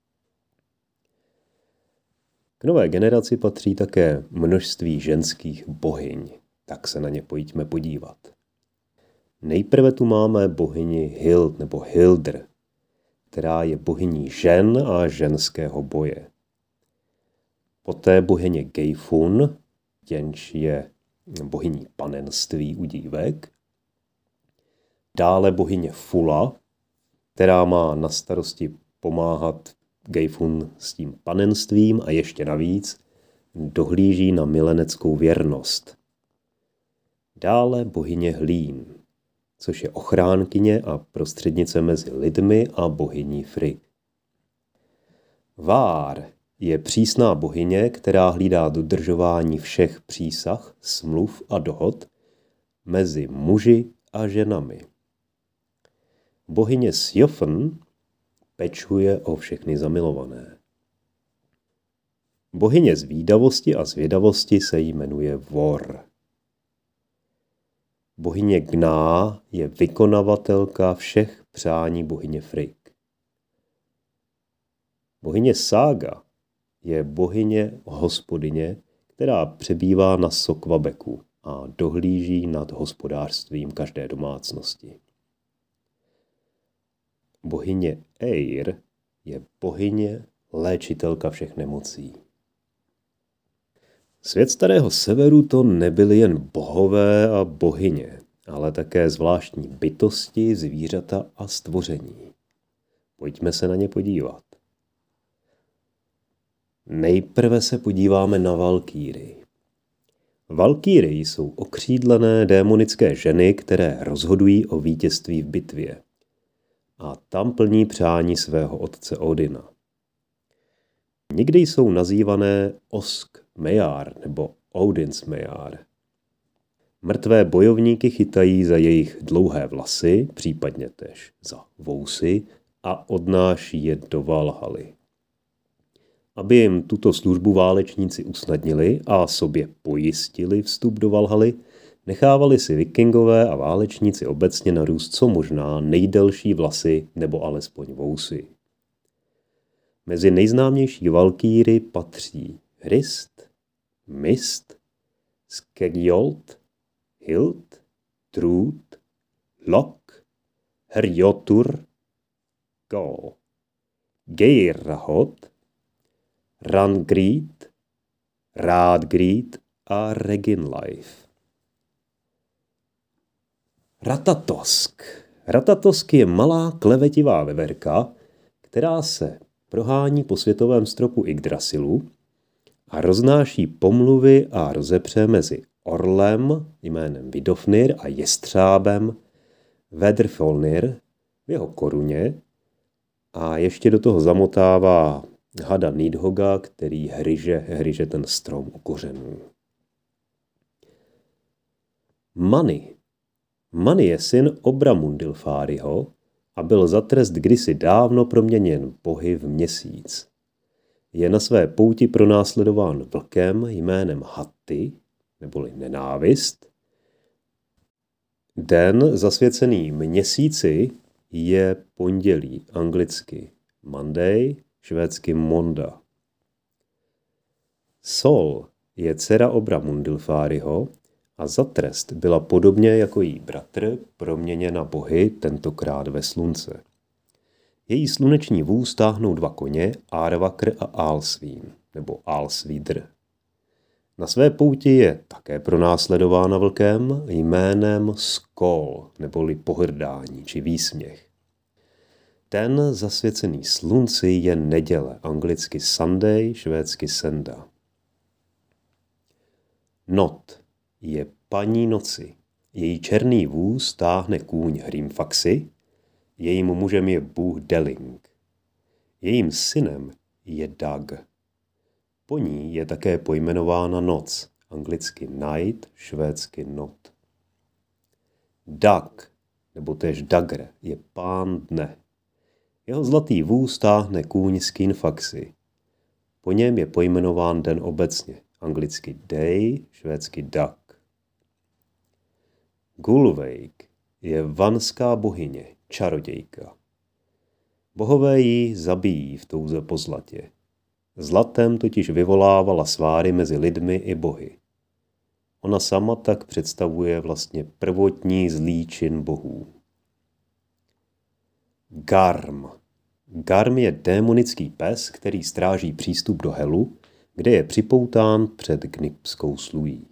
K nové generaci patří také množství ženských bohyň, tak se na ně pojďme podívat. Nejprve tu máme bohyni Hild nebo Hildr. která je bohyní žen a ženského boje. Poté bohyně Gejfun, jenž je bohyní panenství u dívek. Dále bohyně Fula, která má na starosti pomáhat Gejfun s tím panenstvím a ještě navíc dohlíží na mileneckou věrnost. Dále bohyně Hlín, což je ochránkyně a prostřednice mezi lidmi a bohyní Frigg. Vár je přísná bohyně, která hlídá dodržování všech přísah, smluv a dohod mezi muži a ženami. Bohyně Sjofn pečuje o všechny zamilované. Bohyně zvídavosti a zvědavosti se jmenuje Vor. Bohyně Gná je vykonavatelka všech přání bohyně Frigg. Bohyně Sága je bohyně hospodyně, která přebývá na Sokvabeku a dohlíží nad hospodářstvím každé domácnosti. Bohyně Eir je bohyně léčitelka všech nemocí. Svět Starého Severu to nebyly jen bohové a bohyně, ale také zvláštní bytosti, zvířata a stvoření. Pojďme se na ně podívat. Nejprve se podíváme na valkýry. Valkýry jsou okřídlené démonické ženy, které rozhodují o vítězství v bitvě. A tam plní přání svého otce Odina. Někdy jsou nazývané Osk Mejár nebo Odins Mejár. Mrtvé bojovníky chytají za jejich dlouhé vlasy, případně též za vousy, a odnáší je do Valhaly. Aby jim tuto službu válečníci usnadnili a sobě pojistili vstup do Valhaly, nechávali si vikingové a válečníci obecně narůst co možná nejdelší vlasy nebo alespoň vousy. Mezi nejznámější valkýry patří Hrist, Mist, Skegjolt, Hild, Trud, Lok, Herjotur, Gol, Geirrahot, Rangrid, Radgrid a Reginleif. Ratatosk. Ratatosk je malá klevetivá veverka, která se prohání po světovém stropu Yggdrasilu a roznáší pomluvy a rozepře mezi orlem jménem Vidofnir a jestřábem Vedrfolnir v jeho koruně a ještě do toho zamotává hada Nidhoga, který hryže ten strom u kořenů. Mani. Mani je syn Obramundilfáriho a byl za trest kdysi dávno proměněn bohy v měsíc. Je na své pouti pronásledován vlkem jménem Hatti, neboli nenávist. Den zasvěcený měsíci je pondělí, anglicky Monday, švédsky Monda. Sol je dcera Obramundilfáriho a za trest byla podobně jako jí bratr proměněna bohy, tentokrát ve slunce. Její sluneční vůz táhnou dva koně, Árvakr a Aalsvín, nebo Aalsvídr. Na své pouti je také pronásledována vlkem jménem Skol, neboli pohrdání či výsměch. Den zasvěcený slunci je neděle, anglicky Sunday, švédsky Senda. Not je paní noci. Její černý vůz táhne kůň Hrimfaxi, jejím mužem je bůh Deling. Jejím synem je Dag. Po ní je také pojmenována noc, anglicky night, švédsky not. Dag, nebo též Dagr, je pán dne. Jeho zlatý vůz táhne kůň Skinfaxi. Po něm je pojmenován den obecně, anglicky day, švédsky dag. Gulveig je vanská bohyně, čarodějka. Bohové ji zabijí v touze po zlatě. Zlatem totiž vyvolávala sváry mezi lidmi i bohy. Ona sama tak představuje vlastně prvotní zlý čin bohů. Garm. Garm je démonický pes, který stráží přístup do Helu, kde je připoután před Gnipskou slují.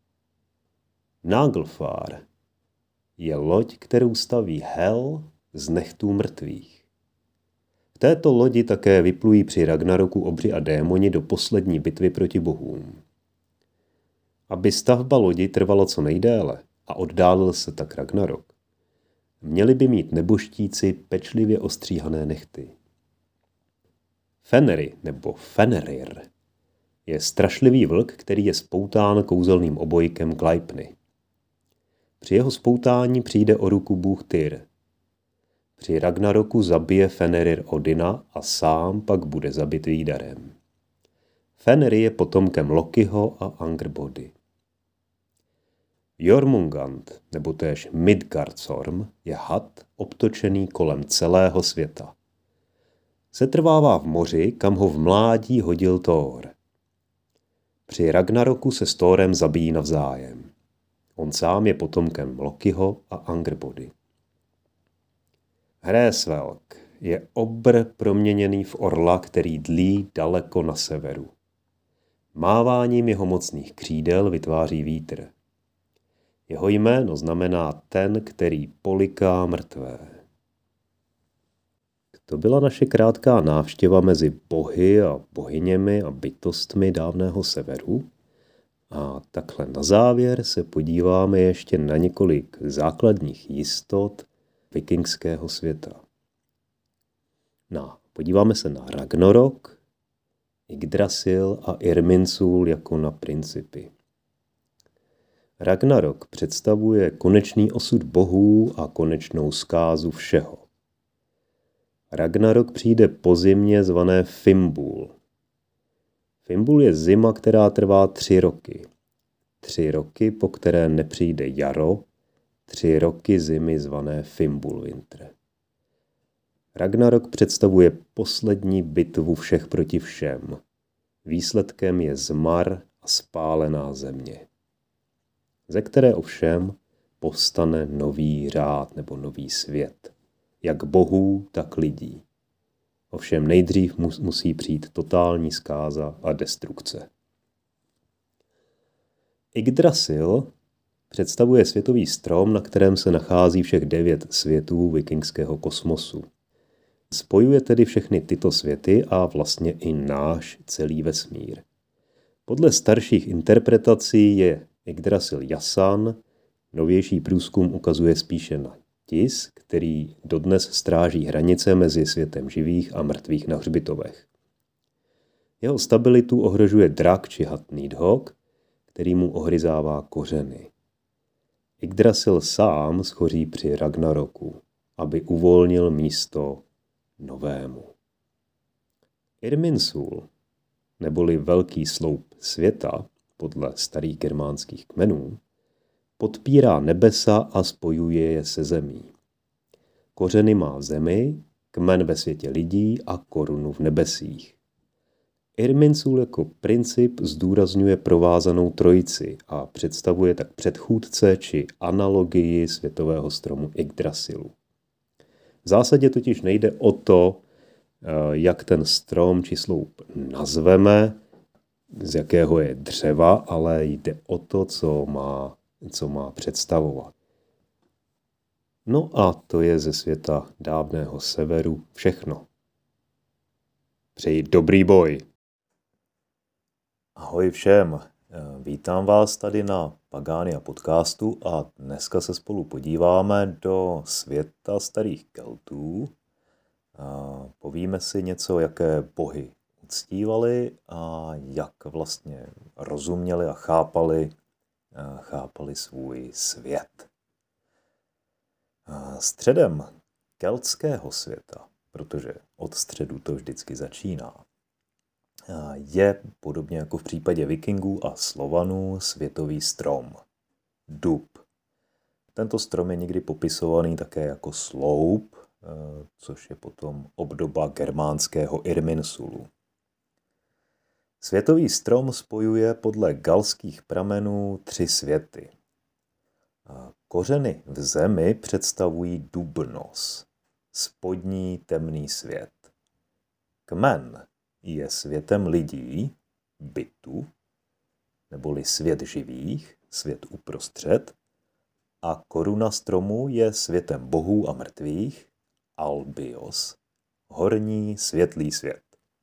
Naglfar je loď, kterou staví Hel z nechtů mrtvých. V této lodi také vyplují při Ragnaroku obři a démoni do poslední bitvy proti bohům. Aby stavba lodi trvala co nejdéle a oddálil se tak Ragnarok, měli by mít neboštíci pečlivě ostříhané nehty. Fenrir nebo Fenrir je strašlivý vlk, který je spoután kouzelným obojkem Gleipny. Při jeho spoutání přijde o ruku bůh Tyr. Při Ragnaroku zabije Fenrir Odina a sám pak bude zabit Výdarem. Fenrir je potomkem Lokiho a Angerbody. Jormungand, nebo též Midgardsorm, je had obtočený kolem celého světa. Setrvává v moři, kam ho v mládí hodil Thor. Při Ragnaroku se s Thorem zabíjí navzájem. On sám je potomkem Lokiho a Angerbody. Hraesvelg je obr proměněný v orla, který dlí daleko na severu. Máváním jeho mocných křídel vytváří vítr. Jeho jméno znamená ten, který poliká mrtvé. To byla naše krátká návštěva mezi bohy a bohyněmi a bytostmi dávného severu. A takhle na závěr se podíváme ještě na několik základních jistot vikingského světa. Podíváme se na Ragnarok, Yggdrasil a Irminsul jako na principy. Ragnarok představuje konečný osud bohů a konečnou zkázu všeho. Ragnarok přijde po zimě zvané Fimbul. Fimbul je zima, která trvá 3 roky. 3 roky, po které nepřijde jaro, 3 roky zimy zvané Fimbulwinter. Ragnarok představuje poslední bitvu všech proti všem. Výsledkem je zmar a spálená země, ze které ovšem povstane nový řád nebo nový svět, jak bohů, tak lidí. Ovšem nejdřív musí přijít totální zkáza a destrukce. Yggdrasil představuje světový strom, na kterém se nachází všech 9 světů vikingského kosmosu. Spojuje tedy všechny tyto světy a vlastně i náš celý vesmír. Podle starších interpretací je Yggdrasil jasan, novější průzkum ukazuje spíše na tis, který dodnes stráží hranice mezi světem živých a mrtvých na hřbitovech. Jeho stabilitu ohrožuje drak či had Nidhogg, který mu ohryzává kořeny. Yggdrasil sám schoří při Ragnaroku, aby uvolnil místo novému. Irminsul, neboli velký sloup světa, podle starých germánských kmenů, podpírá nebesa a spojuje je se zemí. Kořeny má v zemi, kmen ve světě lidí a korunu v nebesích. Irminsul jako princip zdůrazňuje provázanou trojici a představuje tak předchůdce či analogii světového stromu Yggdrasilu. V zásadě totiž nejde o to, jak ten strom či sloup nazveme, z jakého je dřeva, ale jde o to, co má představovat. No a to je ze světa dávného severu všechno. Přeji dobrý boj. Ahoj všem, vítám vás tady na Pagánia podcastu a dneska se spolu podíváme do světa starých Keltů. Povíme si něco, jaké bohy uctívali a jak vlastně rozuměli a chápali svůj svět. Středem keltského světa, protože od středu to vždycky začíná, je podobně jako v případě Vikingů a Slovanů světový strom, dub. Tento strom je někdy popisovaný také jako sloup, což je potom obdoba germánského Irminsulu. Světový strom spojuje podle galských pramenů 3 světy. Kořeny v zemi představují dubnos, spodní temný svět. Kmen je světem lidí, bytu, neboli svět živých, svět uprostřed, a koruna stromu je světem bohů a mrtvých, albios, horní světlý svět.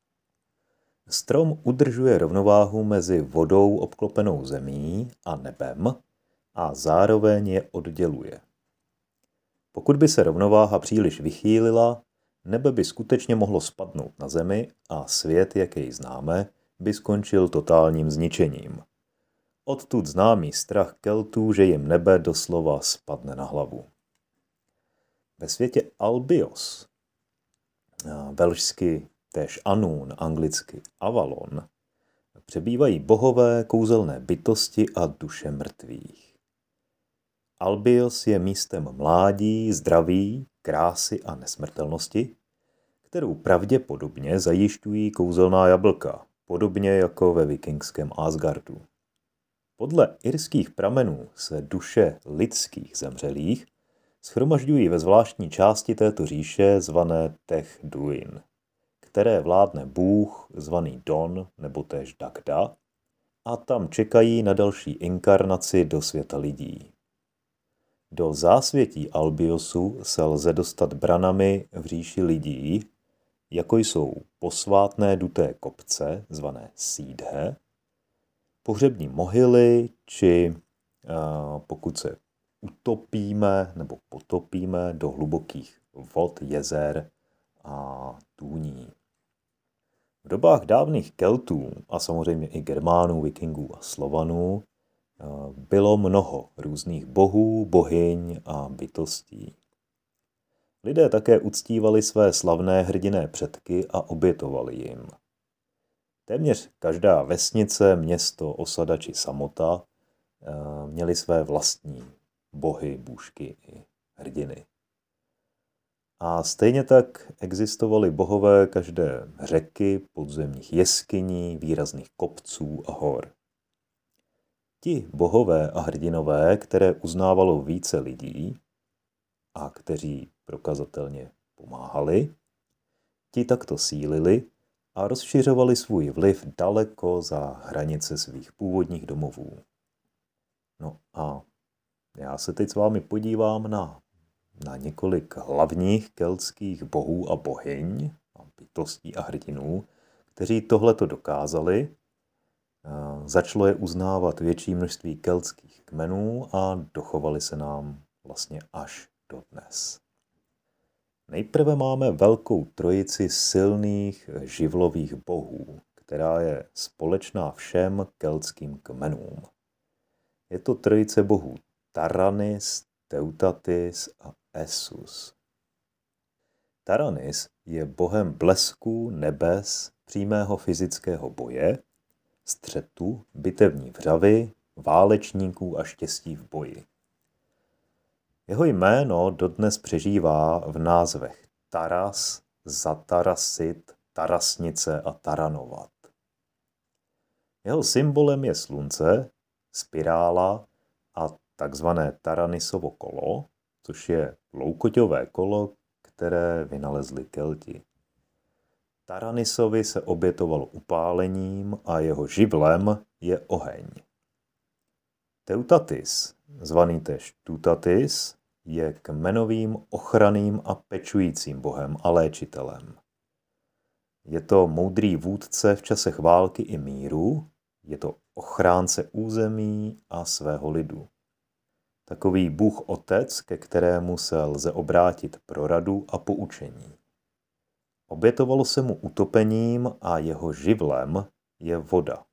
Strom udržuje rovnováhu mezi vodou obklopenou zemí a nebem a zároveň je odděluje. Pokud by se rovnováha příliš vychýlila, nebe by skutečně mohlo spadnout na zemi a svět, jak jej známe, by skončil totálním zničením. Odtud známý strach Keltů, že jim nebe doslova spadne na hlavu. Ve světě Albios, velšsky též Anún, anglicky Avalon, přebývají bohové, kouzelné bytosti a duše mrtvých. Albios je místem mládí, zdraví, krásy a nesmrtelnosti, kterou pravděpodobně zajišťují kouzelná jablka, podobně jako ve vikingském Asgardu. Podle irských pramenů se duše lidských zemřelých shromažďují ve zvláštní části této říše zvané Tech Duin, které vládne bůh zvaný Don nebo též Dagda a tam čekají na další inkarnaci do světa lidí. Do zásvětí Albiosu se lze dostat branami v říši lidí, jako jsou posvátné duté kopce, zvané sídhe, pohřební mohyly, či pokud se utopíme nebo potopíme do hlubokých vod, jezer a tůní. V dobách dávných Keltů a samozřejmě i Germánů, Vikingů a Slovanů bylo mnoho různých bohů, bohyň a bytostí. Lidé také uctívali své slavné hrdinné předky a obětovali jim. Téměř každá vesnice, město, osada či samota měly své vlastní bohy, bůžky i hrdiny. A stejně tak existovaly bohové každé řeky, podzemních jeskyní, výrazných kopců a hor. Ti bohové a hrdinové, které uznávalo více lidí a kteří prokazatelně pomáhali, ti takto sílili a rozšiřovali svůj vliv daleko za hranice svých původních domovů. No a já se teď s vámi podívám na několik hlavních keltských bohů a bohyň, a bytostí a hrdinů, kteří tohleto dokázali. Začalo je uznávat větší množství keltských kmenů a dochovali se nám vlastně až dodnes. Nejprve máme velkou trojici silných živlových bohů, která je společná všem keltským kmenům. Je to trojice bohů Taranis, Teutatis a Essus. Taranis je bohem blesku, nebes, přímého fyzického boje, střetu, bitevní vřavy, válečníků a štěstí v boji. Jeho jméno dodnes přežívá v názvech Taras, Zatarasit, Tarasnice a Taranovat. Jeho symbolem je slunce, spirála a takzvané Taranisovo kolo, což je loukoťové kolo, které vynalezli Kelti. Taranisovi se obětovalo upálením a jeho živlem je oheň. Teutatis, zvaný též Tutatis, je kmenovým, ochranným a pečujícím bohem a léčitelem. Je to moudrý vůdce v časech války i míru, je to ochránce území a svého lidu. Takový Bůh otec, ke kterému se lze obrátit pro radu a poučení. Obětovalo se mu utopením a jeho živlem je voda.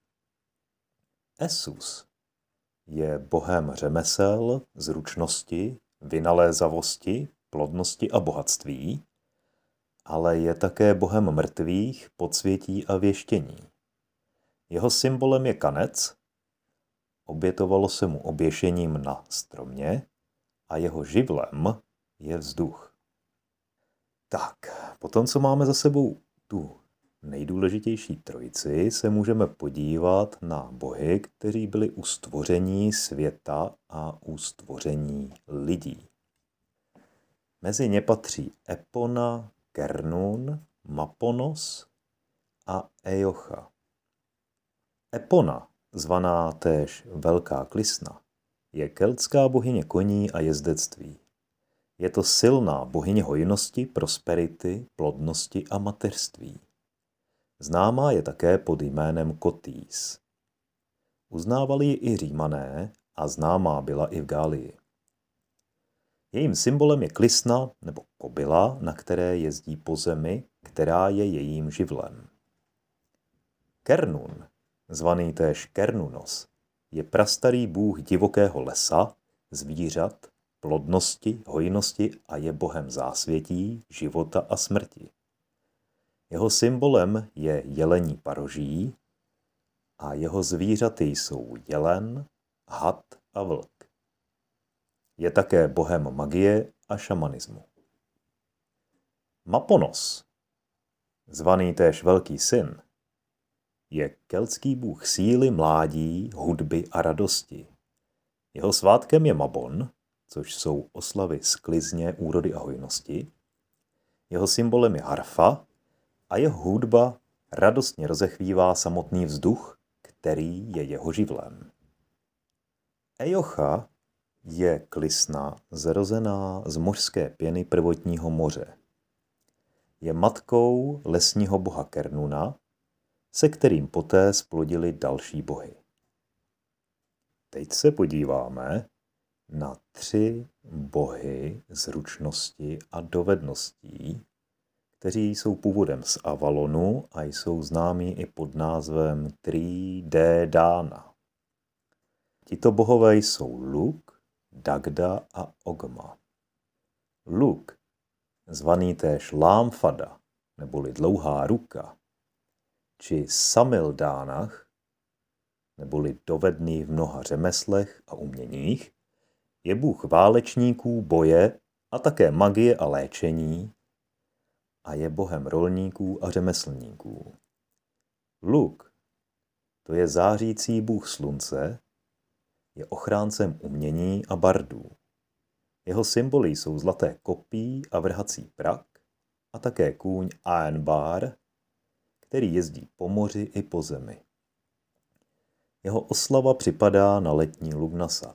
Essus je bohem řemesel, zručnosti, vynalézavosti, plodnosti a bohatství, ale je také bohem mrtvých, podsvětí a věštění. Jeho symbolem je kanec, obětovalo se mu oběšením na stromě a jeho živlem je vzduch. Tak, potom, co máme za sebou tu nejdůležitější trojici, se můžeme podívat na bohy, kteří byli u stvoření světa a u stvoření lidí. Mezi ně patří Epona, Kernun, Maponos, a Eocha. Epona, zvaná též Velká Klisna, je keltská bohyně koní a jezdectví. Je to silná bohyně hojnosti, prosperity, plodnosti a mateřství. Známá je také pod jménem Kotís. Uznávali ji i Římané a známá byla i v Gálii. Jejím symbolem je klisna nebo kobyla, na které jezdí po zemi, která je jejím živlem. Kernun, zvaný též Kernunos, je prastarý bůh divokého lesa, zvířat, plodnosti, hojnosti a je bohem zásvětí, života a smrti. Jeho symbolem je jelení paroží a jeho zvířaty jsou jelen, had a vlk. Je také bohem magie a šamanismu. Maponos, zvaný též Velký syn, je keltský bůh síly, mládí, hudby a radosti. Jeho svátkem je Mabon, což jsou oslavy sklizně, úrody a hojnosti. Jeho symbolem je harfa a jeho hudba radostně rozechvívá samotný vzduch, který je jeho živlem. Eocha je klisna zrozená z mořské pěny prvotního moře. Je matkou lesního boha Kernuna, se kterým poté splodili další bohy. Teď se podíváme na 3 bohy zručnosti a dovedností, kteří jsou původem z Avalonu a jsou známí i pod názvem Tridédána. Tito bohové jsou Luk, Dagda a Ogma. Luk, zvaný též Lámfada, neboli dlouhá ruka, či Samildánach, neboli dovedný v mnoha řemeslech a uměních, je bůh válečníků, boje a také magie a léčení a je bohem rolníků a řemeslníků. Luk, to je zářící bůh slunce, je ochráncem umění a bardů. Jeho symboly jsou zlaté kopí a vrhací prak a také kůň Aenbar, který jezdí po moři i po zemi. Jeho oslava připadá na letní Lugnasad.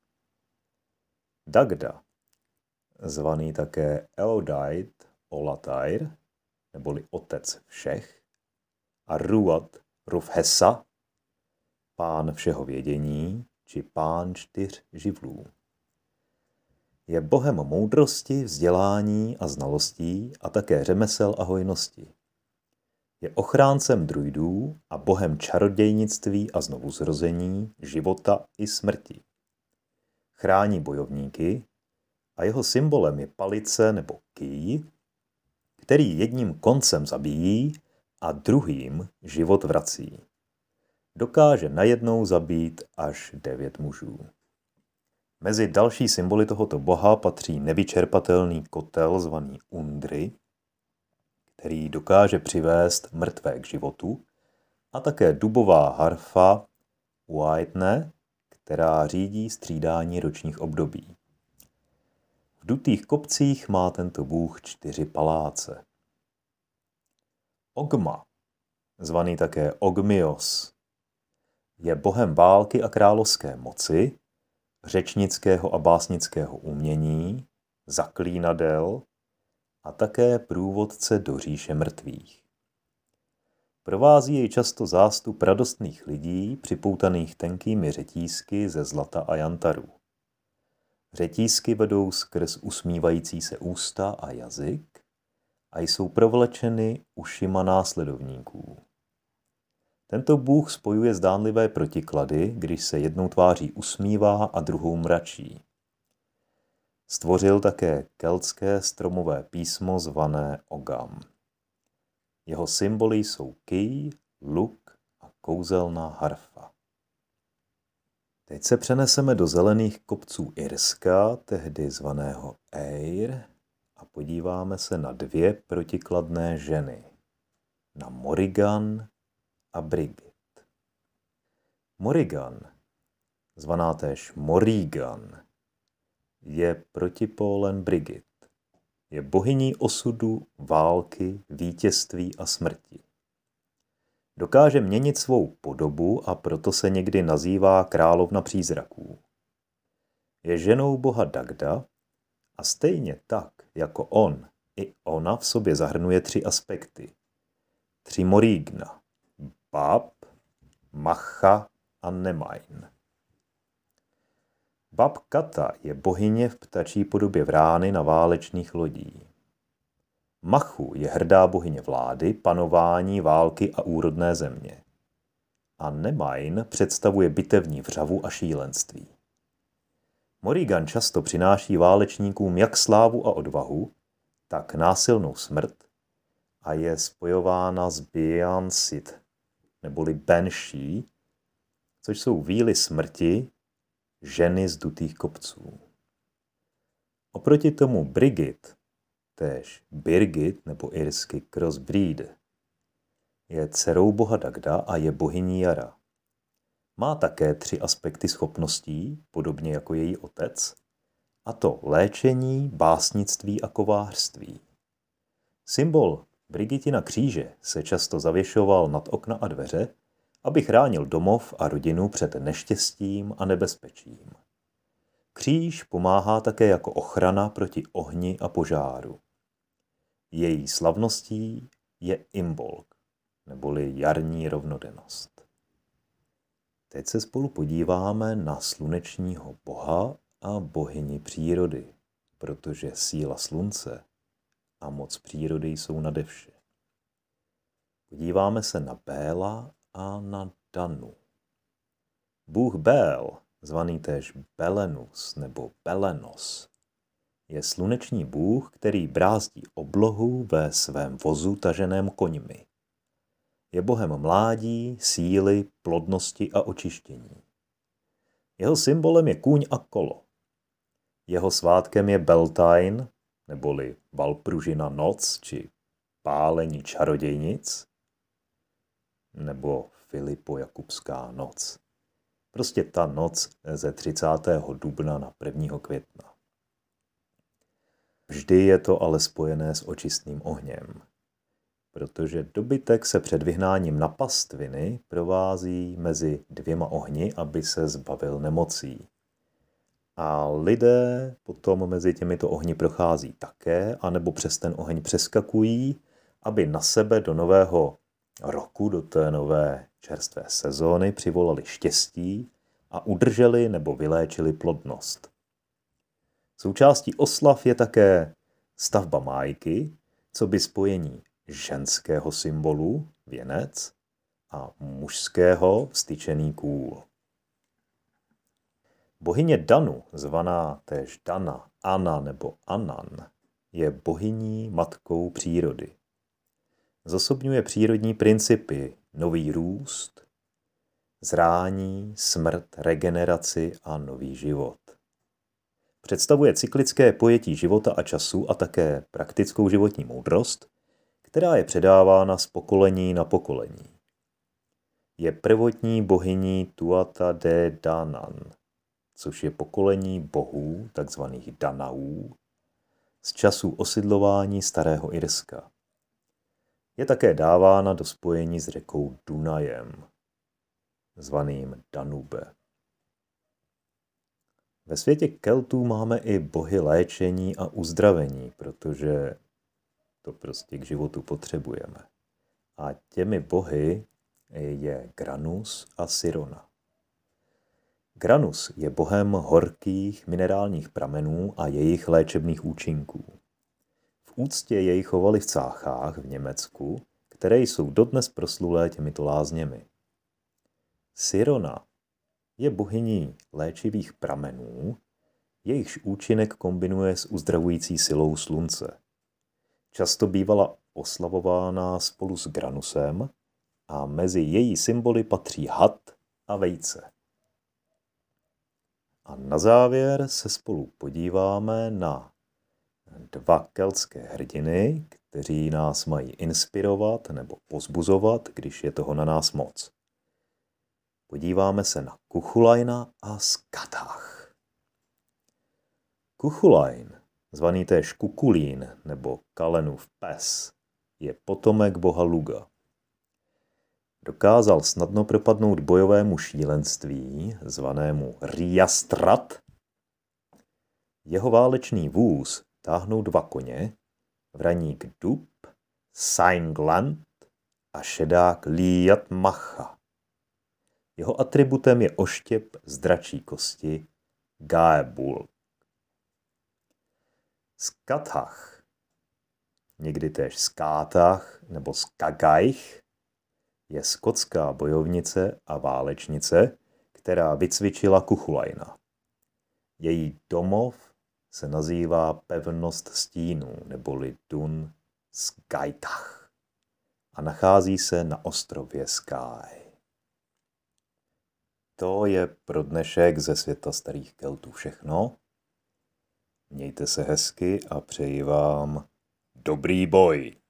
Dagda, zvaný také Eodait Olatair, neboli otec všech, a Ruat Rufhesa, pán všeho vědění, či pán 4 živlů. Je bohem moudrosti, vzdělání a znalostí a také řemesel a hojnosti. Je ochráncem druidů a bohem čarodějnictví a znovuzrození, života i smrti. Chrání bojovníky a jeho symbolem je palice nebo kýj, který jedním koncem zabíjí a druhým život vrací. Dokáže najednou zabít až 9 mužů. Mezi další symboly tohoto boha patří nevyčerpatelný kotel zvaný Undry, který dokáže přivést mrtvé k životu, a také dubová harfa Uaitne, která řídí střídání ročních období. V dutých kopcích má tento bůh 4 paláce. Ogma, zvaný také Ogmios, je bohem války a královské moci, řečnického a básnického umění, zaklínadel a také průvodce do říše mrtvých. Provází jej často zástup radostných lidí, připoutaných tenkými řetízky ze zlata a jantaru. Řetízky vedou skrz usmívající se ústa a jazyk a jsou provlečeny ušima následovníků. Tento bůh spojuje zdánlivé protiklady, když se jednou tváří usmívá a druhou mračí. Stvořil také keltské stromové písmo zvané Ogam. Jeho symboly jsou kij, luk a kouzelná harfa. Teď se přeneseme do zelených kopců Irska, tehdy zvaného Eir, a podíváme se na 2 protikladné ženy. Na Morrigan a Brigit. Morrigan, zvaná též Morrigan, je protipólem Brigit. Je bohyní osudu, války, vítězství a smrti. Dokáže měnit svou podobu a proto se někdy nazývá královna přízraků. Je ženou boha Dagda a stejně tak jako on, i ona v sobě zahrnuje 3 aspekty. 3 morigna. Bab, Macha a Nemain. Bab Kata je bohyně v ptačí podobě vrány na válečných lodí. Machu je hrdá bohyně vlády, panování, války a úrodné země. A Nemain představuje bitevní vřavu a šílenství. Morrigan často přináší válečníkům jak slávu a odvahu, tak násilnou smrt a je spojována s Beansit, neboli Banshee, což jsou víly smrti, ženy z dutých kopců. Oproti tomu Brigid, též Birgit nebo irsky Crossbreed, je dcerou boha Dagda a je bohyní jara. Má také 3 aspekty schopností, podobně jako její otec, a to léčení, básnictví a kovářství. Symbol Brigitina kříže se často zavěšoval nad okna a dveře, aby chránil domov a rodinu před neštěstím a nebezpečím. Kříž pomáhá také jako ochrana proti ohni a požáru. Její slavností je Imbolc, neboli jarní rovnodennost. Teď se spolu podíváme na slunečního boha a bohyni přírody, protože síla slunce a moc přírody jsou nade vše. Podíváme se na Béla a na Danu. Bůh Bél, zvaný též Belenus nebo Belenos, je sluneční bůh, který brázdí oblohu ve svém vozu taženém koňmi. Je bohem mládí, síly, plodnosti a očištění. Jeho symbolem je kůň a kolo. Jeho svátkem je Beltane, neboli Valpružina noc, či pálení čarodějnic, nebo Filipo-Jakubská noc. Prostě ta noc ze 30. dubna na 1. května. Vždy je to ale spojené s očistným ohněm, protože dobytek se před vyhnáním na pastviny provází mezi 2 ohni, aby se zbavil nemocí. A lidé potom mezi těmito ohni prochází také, anebo přes ten oheň přeskakují, aby na sebe do nového roku, do té nové čerstvé sezóny přivolali štěstí a udrželi nebo vyléčili plodnost. Součástí oslav je také stavba májky, coby spojení ženského symbolu, věnec, a mužského, vztyčený kůl. Bohyně Danu, zvaná též Dana, Ana nebo Anan, je bohyní matkou přírody. Zosobňuje přírodní principy, nový růst, zrání, smrt, regeneraci a nový život. Představuje cyklické pojetí života a času a také praktickou životní moudrost, která je předávána z pokolení na pokolení. Je prvotní bohyní Tuatha de Danann, což je pokolení bohů, takzvaných Danaů, z časů osidlování Starého Irska. Je také dávána do spojení s řekou Dunajem, zvaným Danube. Ve světě Keltů máme i bohy léčení a uzdravení, protože to prostě k životu potřebujeme. A těmi bohy je Granus a Sirona. Granus je bohem horkých minerálních pramenů a jejich léčebných účinků. V úctě jej chovali v Cáchách v Německu, které jsou dodnes proslulé těmito lázněmi. Sirona je bohyní léčivých pramenů, jejichž účinek kombinuje s uzdravující silou slunce. Často bývala oslavována spolu s Granusem a mezi její symboly patří had a vejce. A na závěr se spolu podíváme na 2 keltské hrdiny, kteří nás mají inspirovat nebo pozbuzovat, když je toho na nás moc. Podíváme se na Cuchulaina a Skatach. Cuchulain, zvaný též Cuchulain nebo Kalenův pes, je potomek boha Luga. dokázal snadno propadnout bojovému šílenství, zvanému Riastrat. Jeho válečný vůz táhnou 2 koně, vraník Dub, Saingland a šedák Liat Macha. Jeho atributem je oštěp z dračí kosti Gaebul. Skathach, někdy též Skátach nebo Skagaich, je skotská bojovnice a válečnice, která vycvičila Cuchulaina. Její domov se nazývá Pevnost stínů neboli Dun Sgaithach a nachází se na ostrově Skye. To je pro dnešek ze světa starých Keltů všechno. Mějte se hezky a přeji vám dobrý boj.